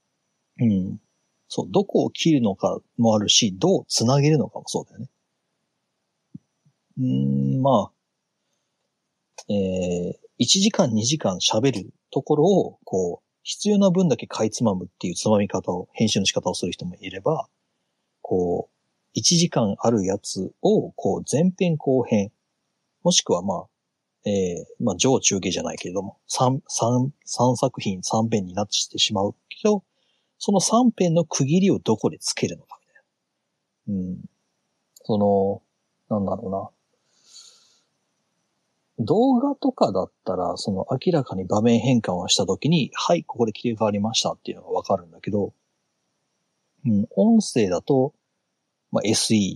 [SPEAKER 1] そう、どこを切るのかもあるし、どう繋げるのかもそうだよね。まあ、1時間2時間喋るところを、必要な分だけかいつまむっていうつまみ方を、編集の仕方をする人もいれば、1時間あるやつを、前編後編、もしくはまあ、上中下じゃないけれども、3作品3編になってしまうけど、その3編の区切りをどこでつけるのかみたいな。なんだろうな。動画とかだったら、明らかに場面変換をしたときに、はい、ここで切り替わりましたっていうのがわかるんだけど、音声だと、まあ、SE、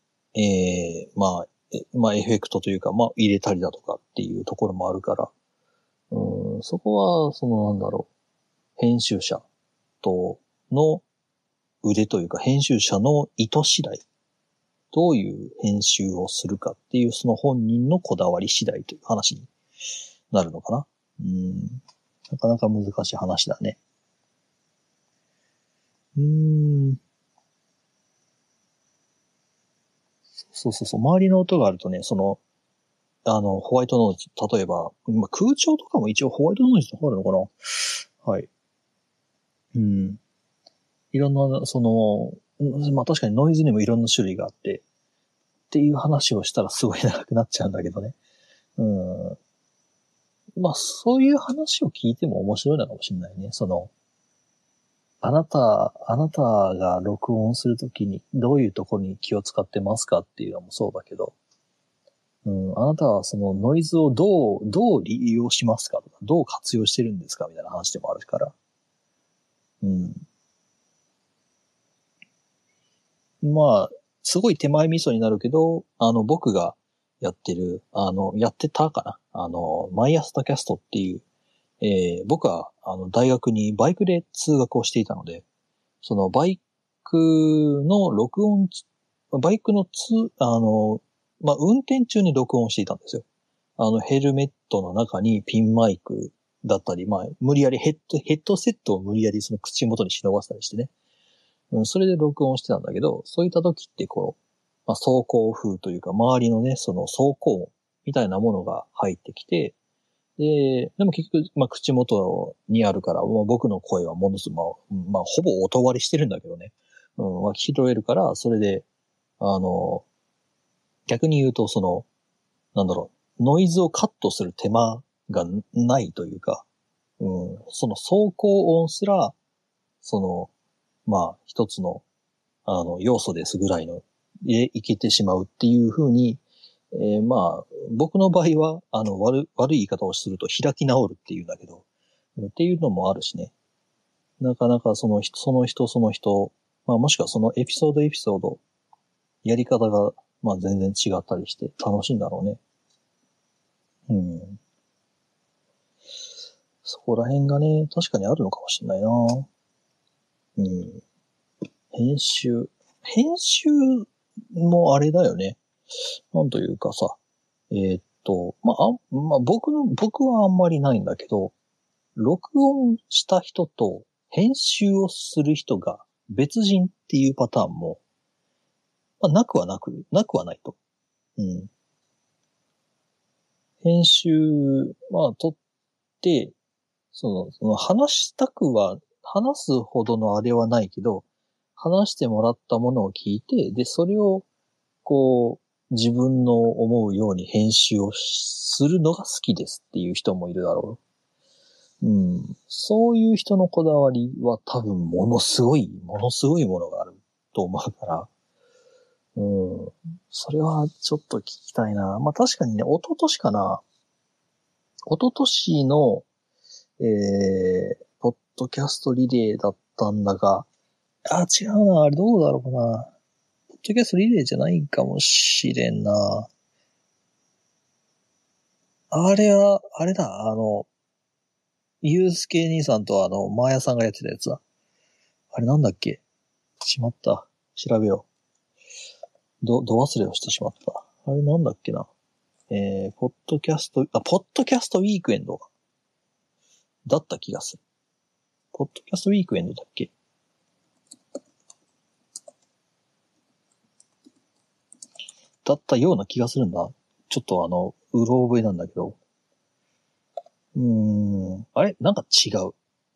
[SPEAKER 1] まあ、エフェクトというか、まあ、入れたりだとかっていうところもあるから、そこは、なんだろう、編集者の腕というか、編集者の意図次第、どういう編集をするかっていう、その本人のこだわり次第という話になるのかな。なかなか難しい話だね。そうそうそう。周りの音があるとね、ホワイトノイズ、例えば、まあ、空調とかも一応ホワイトノイズとかあるのかな。はい。いろんな、まあ確かにノイズにもいろんな種類があって、っていう話をしたらすごい長くなっちゃうんだけどね。まあそういう話を聞いても面白いのかもしれないね。あなたが録音するときにどういうところに気を使ってますかっていうのもそうだけど、あなたはそのノイズをどう利用しますかとか、どう活用してるんですかみたいな話でもあるから。まあ、すごい手前味噌になるけど、僕がやってる、やってたかなマイアスタキャストっていう、僕は、大学にバイクで通学をしていたので、そのバイクの録音、バイクのまあ、運転中に録音していたんですよ。ヘルメットの中にピンマイクだったり、まあ、無理やりヘッドセットを無理やりその口元に忍ばせたりしてね。それで録音してたんだけど、そういった時ってまあ、走行風というか、周りのね、その走行音みたいなものが入ってきて、でも結局、まあ、口元にあるから、もう僕の声はものすごく、まあ、ほぼ音割りしてるんだけどね。まあ、拾えるから、それで、逆に言うと、なんだろノイズをカットする手間がないというか、その走行音すら、まあ、一つの、要素ですぐらいのでいけてしまうっていう風に、まあ、僕の場合は、悪い言い方をすると開き直るっていうんだけど、っていうのもあるしね。なかなかその人、まあもしくはそのエピソード、やり方が、まあ全然違ったりして楽しいんだろうね。うん。そこら辺がね、確かにあるのかもしれないな。うん。編集もあれだよね。なんというかさ、僕はあんまりないんだけど、録音した人と編集をする人が別人っていうパターンも、まあ、なくはないと。うん。編集、まあ、撮って、話すほどのあれはないけど、話してもらったものを聞いて、で、それを、自分の思うように編集をするのが好きですっていう人もいるだろう。うん。そういう人のこだわりは多分ものすごいものがあると思うから、うん。それはちょっと聞きたいな。まあ確かにね、一昨年の、ポッドキャストリレーだったんだが、違うな、あれどうだろうな。ポッドキャストリレーじゃないかもしれんな。あれは、あれだ、ゆうすけ兄さんとマーヤさんがやってたやつだ。あれなんだっけ。しまった。調べよう。ど忘れをしてしまった。あれなんだっけな。ポッドキャストウィークエンドだった気がする。ポッドキャストウィークエンドだっけ。だったような気がするんだ。ちょっとうろ覚えなんだけど。あれなんか違う。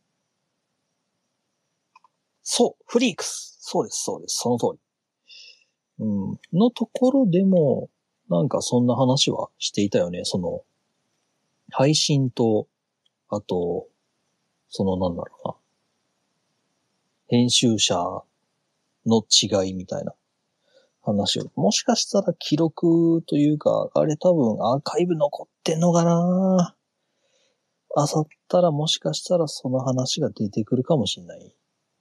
[SPEAKER 1] そう、フリークス。そうです、そうです。その通り。のところでも、なんかそんな話はしていたよね。配信と、あと、なんだろうな。編集者の違いみたいな話を。もしかしたら記録というか、あれ多分アーカイブ残ってんのかな。あさったらもしかしたらその話が出てくるかもしれない。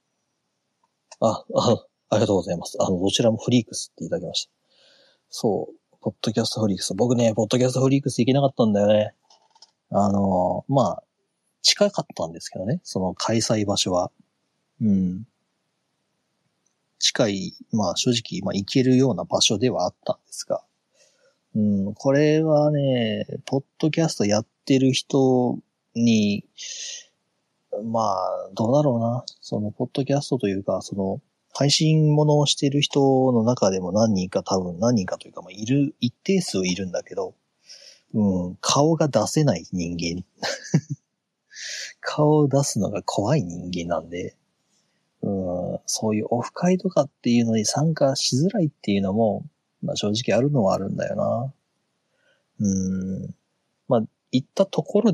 [SPEAKER 1] ありがとうございます。どちらもフリークスっていただきました。そう、ポッドキャストフリークス。僕ね、ポッドキャストフリークス行けなかったんだよね。まあ、近かったんですけどね、その開催場所は。うん。近い、まあ正直、まあ行けるような場所ではあったんですが。うん、これはね、ポッドキャストやってる人に、まあ、どうだろうな。ポッドキャストというか、配信ものをしている人の中でも何人かというか、まあ、一定数いるんだけど、顔が出せない人間。顔を出すのが怖い人間なんで、そういうオフ会とかっていうのに参加しづらいっていうのも、まあ正直あるのはあるんだよな。まあ、行った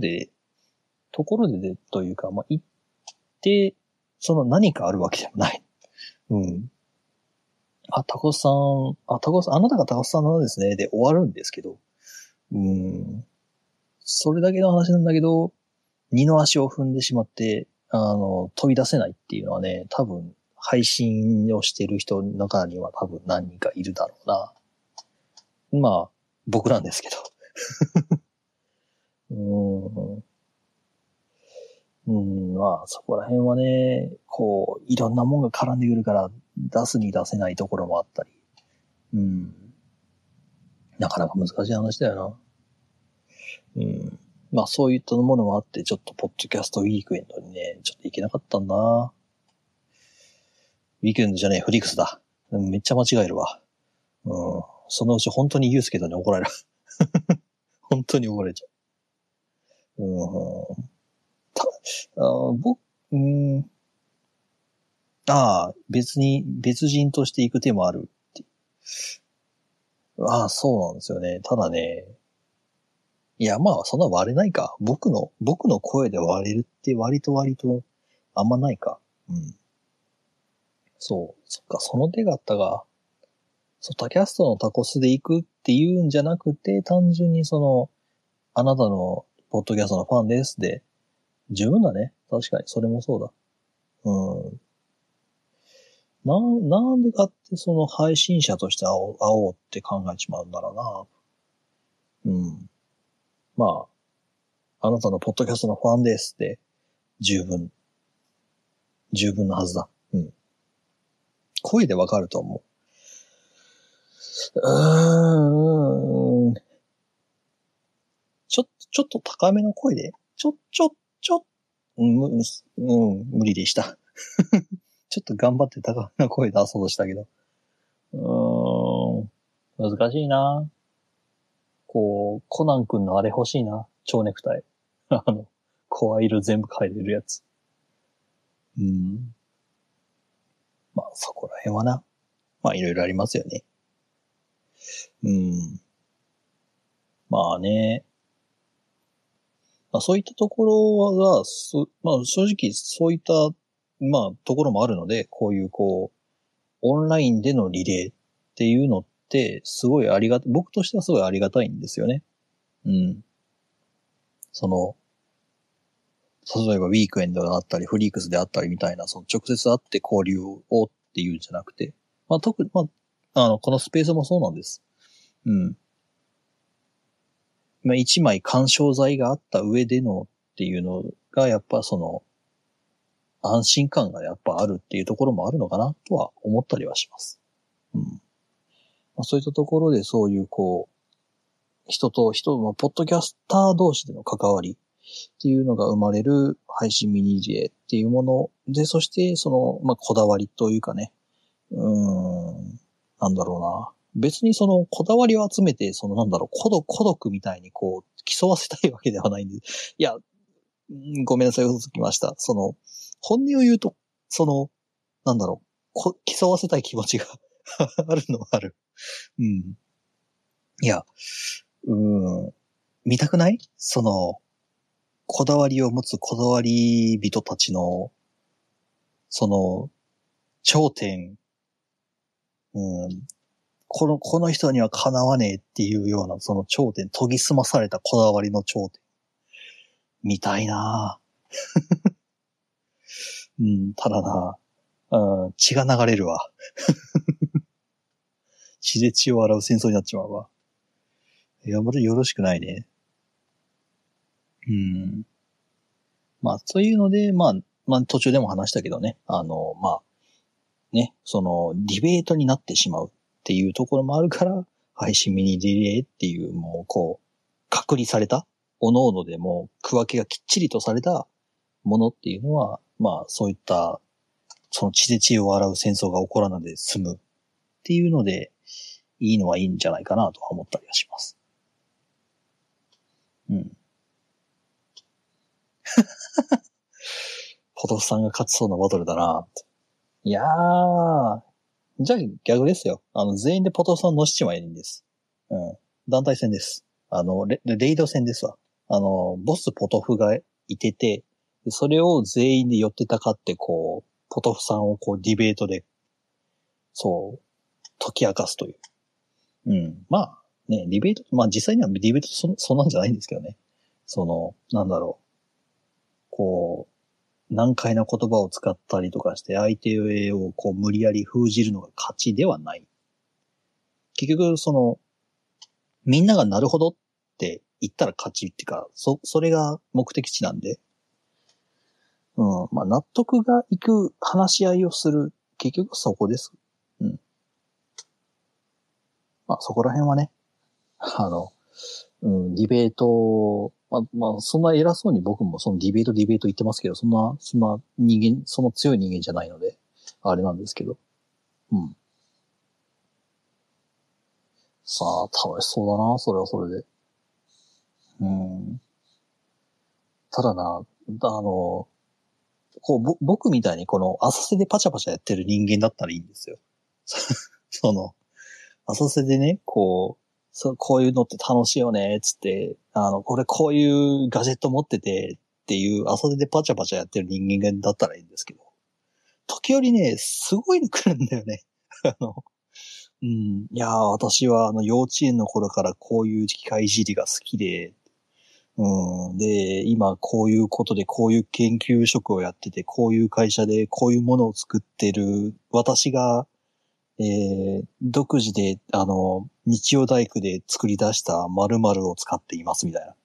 [SPEAKER 1] ところでというか、まあ行って、何かあるわけでもない。うん。あなたがタコスさんなんですね。で終わるんですけど、それだけの話なんだけど、二の足を踏んでしまって、飛び出せないっていうのはね、多分、配信をしてる人の中には多分何人かいるだろうな。まあ、僕なんですけど。まあ、そこら辺はね、いろんなもんが絡んでくるから、出すに出せないところもあったり。なかなか難しい話だよな。まあ、そういったものもあって、ちょっと、ポッドキャストウィークエンドにね、ちょっと行けなかったんだな。ウィークエンドじゃねえ、フリークスだ。めっちゃ間違えるわ。そのうち本当にユースケとに怒られる。本当に怒られちゃう。た、僕、別人として行く手もあるって。そうなんですよね。ただね、いや、まあ、そんな割れないか。僕の声で割れるって割と、あんまないか。そう。そっか、その手があったが、 そう、他キャストのタコスで行くっていうんじゃなくて、単純にあなたのポッドキャストのファンですで、十分だね。確かに、それもそうだ。なんでかって配信者として会おうって考えちまうんだろうな。まあ、あなたのポッドキャストのファンですって十分なはずだ。声でわかると思う。ちょっと高めの声で。無理でした。ちょっと頑張って高めの声出そうとしたけど。難しいな。コナン君のあれ欲しいな。蝶ネクタイ。声色全部変えれるやつ。まあ、そこら辺はな。まあ、いろいろありますよね。まあね。まあ、そういったところが、まあ、正直そういった、まあ、ところもあるので、こういうオンラインでのリレーっていうのって、すごい僕としてはすごいありがたいんですよね。例えばウィークエンドであったり、フリークスであったりみたいな、直接会って交流をっていうんじゃなくて、まあ特に、このスペースもそうなんです。まあ一枚干渉剤があった上でのっていうのが、やっぱ安心感がやっぱあるっていうところもあるのかなとは思ったりはします。まあ、そういったところでそういう人と人のポッドキャスター同士での関わりっていうのが生まれる配信ミニリレーっていうもので、そしてまあ、こだわりというかね、なんだろうな。別にこだわりを集めて、孤独みたいに競わせたいわけではないんで、いや、ごめんなさい、嘘つきました。本音を言うと、なんだろう、競わせたい気持ちがあるのはある。いや、見たくないこだわりを持つこだわり人たちの、頂点、この人にはかなわねえっていうような、頂点、研ぎ澄まされたこだわりの頂点。見たいなただな血が流れるわ。血で血を洗う戦争になっちまうわ。いや、よろしくないね。まあ、そういうので、まあ、途中でも話したけどね、まあ、ね、ディベートになってしまうっていうところもあるから、配信ミニリレーっていう、もう隔離された、各々でも区分けがきっちりとされたものっていうのは、まあ、そういった、血で血を洗う戦争が起こらないで済むっていうので、いいのはいいんじゃないかなとは思ったりはします。ポトフさんが勝ちそうなバトルだなって。いやー、じゃあ逆ですよ。全員でポトフさん乗しちまえばいいんです。団体戦です。レイド戦ですわ。ボスポトフがいてて、それを全員で寄ってたかって、ポトフさんをディベートで、解き明かすという。まあ、ね、ディベート、まあ実際にはディベートそんなんじゃないんですけどね。なんだろう。難解な言葉を使ったりとかして、相手を無理やり封じるのが勝ちではない。結局、みんながなるほどって言ったら勝ちっていうか、それが目的地なんで、まあ納得がいく話し合いをする。結局そこです。まあそこら辺はね、ディベート、まあ、そんな偉そうに僕もディベート言ってますけど、そんな人間、その強い人間じゃないので、あれなんですけど。さあ、楽しそうだな、それはそれで。ただな、僕みたいに浅瀬でパチャパチャやってる人間だったらいいんですよ。浅瀬でね、こういうのって楽しいよね、つって、こういうガジェット持ってて、っていう浅瀬でパチャパチャやってる人間だったらいいんですけど、時折ね、すごいの来るんだよね。 うん。いやー、私は幼稚園の頃からこういう機械いじりが好きで、うん。で、今こういうことでこういう研究職をやってて、こういう会社でこういうものを作ってる、私が、独自で、日曜大工で作り出した〇〇を使っていますみたいな。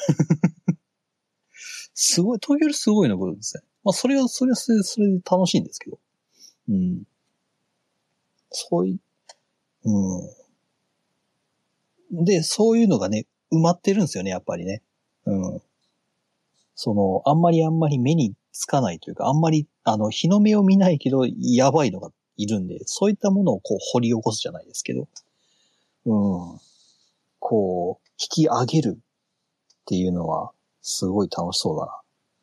[SPEAKER 1] すごい、東京ですごいのことですね。まあ、それで楽しいんですけど。うん。そういう、うん。で、そういうのがね、埋まってるんですよね、やっぱりね。うん。あんまり目につかないというか、あんまり、日の目を見ないけど、やばいのがいるんで、そういったものをこう掘り起こすじゃないですけど、うん。こう、引き上げるっていうのは、すごい楽しそうだな。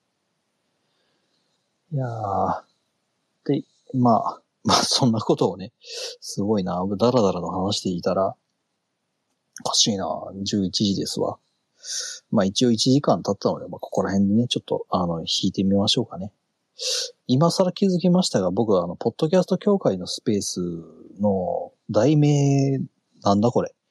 [SPEAKER 1] いやー、で、そんなことをね、すごいな、だらだらと話していたら、おかしいな、11時ですわ。まあ一応1時間経ったので、まあここら辺でね、ちょっと、引いてみましょうかね。今更気づきましたが、僕はポッドキャスト協会のスペースの題名、なんだこれ。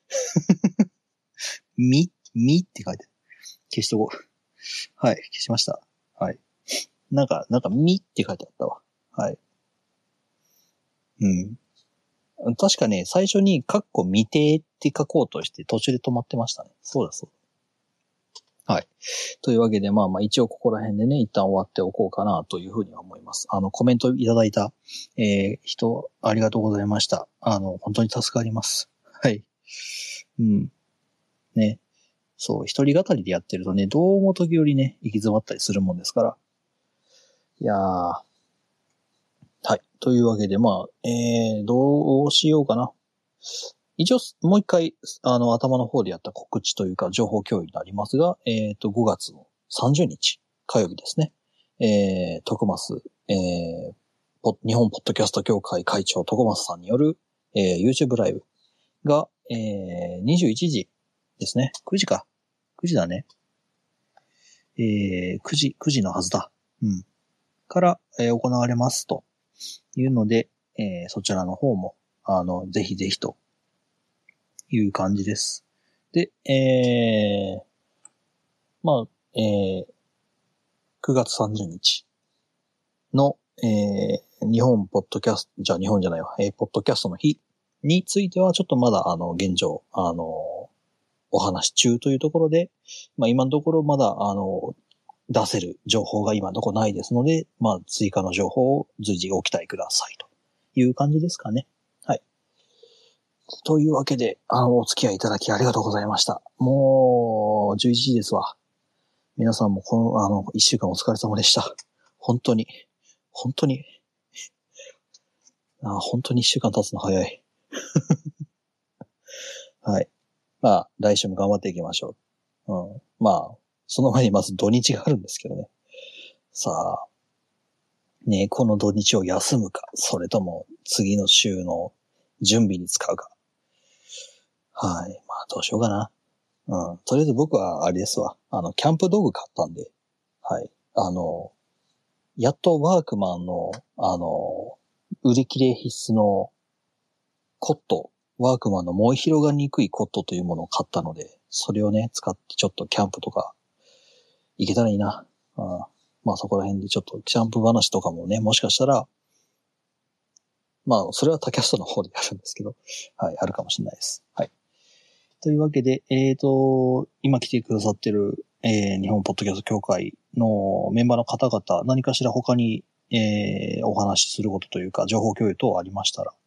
[SPEAKER 1] みって書いてある。消しとこう。はい、消しました。はい。なんかみって書いてあったわ。はい。うん。確かね、最初にカッコ未定って書こうとして途中で止まってましたね。そうだそうだ。はい。というわけで、一応ここら辺でね、一旦終わっておこうかなというふうには思います。コメントいただいた、人、ありがとうございました。本当に助かります。はい。うん。ね。そう、一人語りでやってるとね、どうも時よりね、行き詰まったりするもんですから。いやー、はい。というわけで、どうしようかな。一応、もう一回、頭の方でやった告知というか、情報共有になりますが、5月の30日、火曜日ですね。徳増、日本ポッドキャスト協会会長、徳増さんによる、YouTube ライブが、21時ですね。9時か。9時だね。9時のはずだ。うん。から、行われますというので、そちらの方も、ぜひぜひという感じです。で、まあ、9月30日の、日本ポッドキャスト、じゃあ日本じゃないわ、ポッドキャストの日についてはちょっとまだ現状、お話し中というところで、今のところまだ出せる情報が今のところないですので、追加の情報を随時ご期待くださいという感じですかね。はい。というわけで、お付き合いいただきありがとうございました。もう、11時ですわ。皆さんも1週間お疲れ様でした。本当に、本当に、本当に1週間経つの早い。はい。来週も頑張っていきましょう。うん。その前にまず土日があるんですけどね。さあ、ね、この土日を休むか、それとも次の週の準備に使うか。はい。どうしようかな。うん。とりあえず僕はあれですわ。キャンプ道具買ったんで、はい。やっとワークマンの、売り切れ必須のコット、ワークマンの燃え広がりにくいコットというものを買ったので、それをね、使ってちょっとキャンプとか行けたらいいな。うん。そこら辺でちょっとキャンプ話とかもね、もしかしたら、それは他キャストの方でやるんですけど、はい、あるかもしれないです。はい。というわけで、今来てくださってる、日本ポッドキャスト協会のメンバーの方々、何かしら他に、お話しすることというか、情報共有等ありましたら。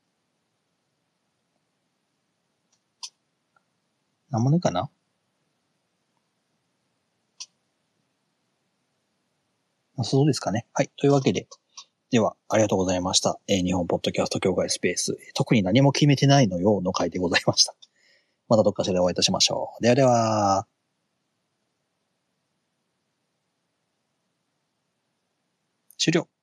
[SPEAKER 1] なんもねかな？そうですかね。はい。というわけで、では、ありがとうございました。日本ポッドキャスト協会スペース、特に何も決めてないのよの回でございました。またどっかしらでお会いいたしましょう。ではでは、終了。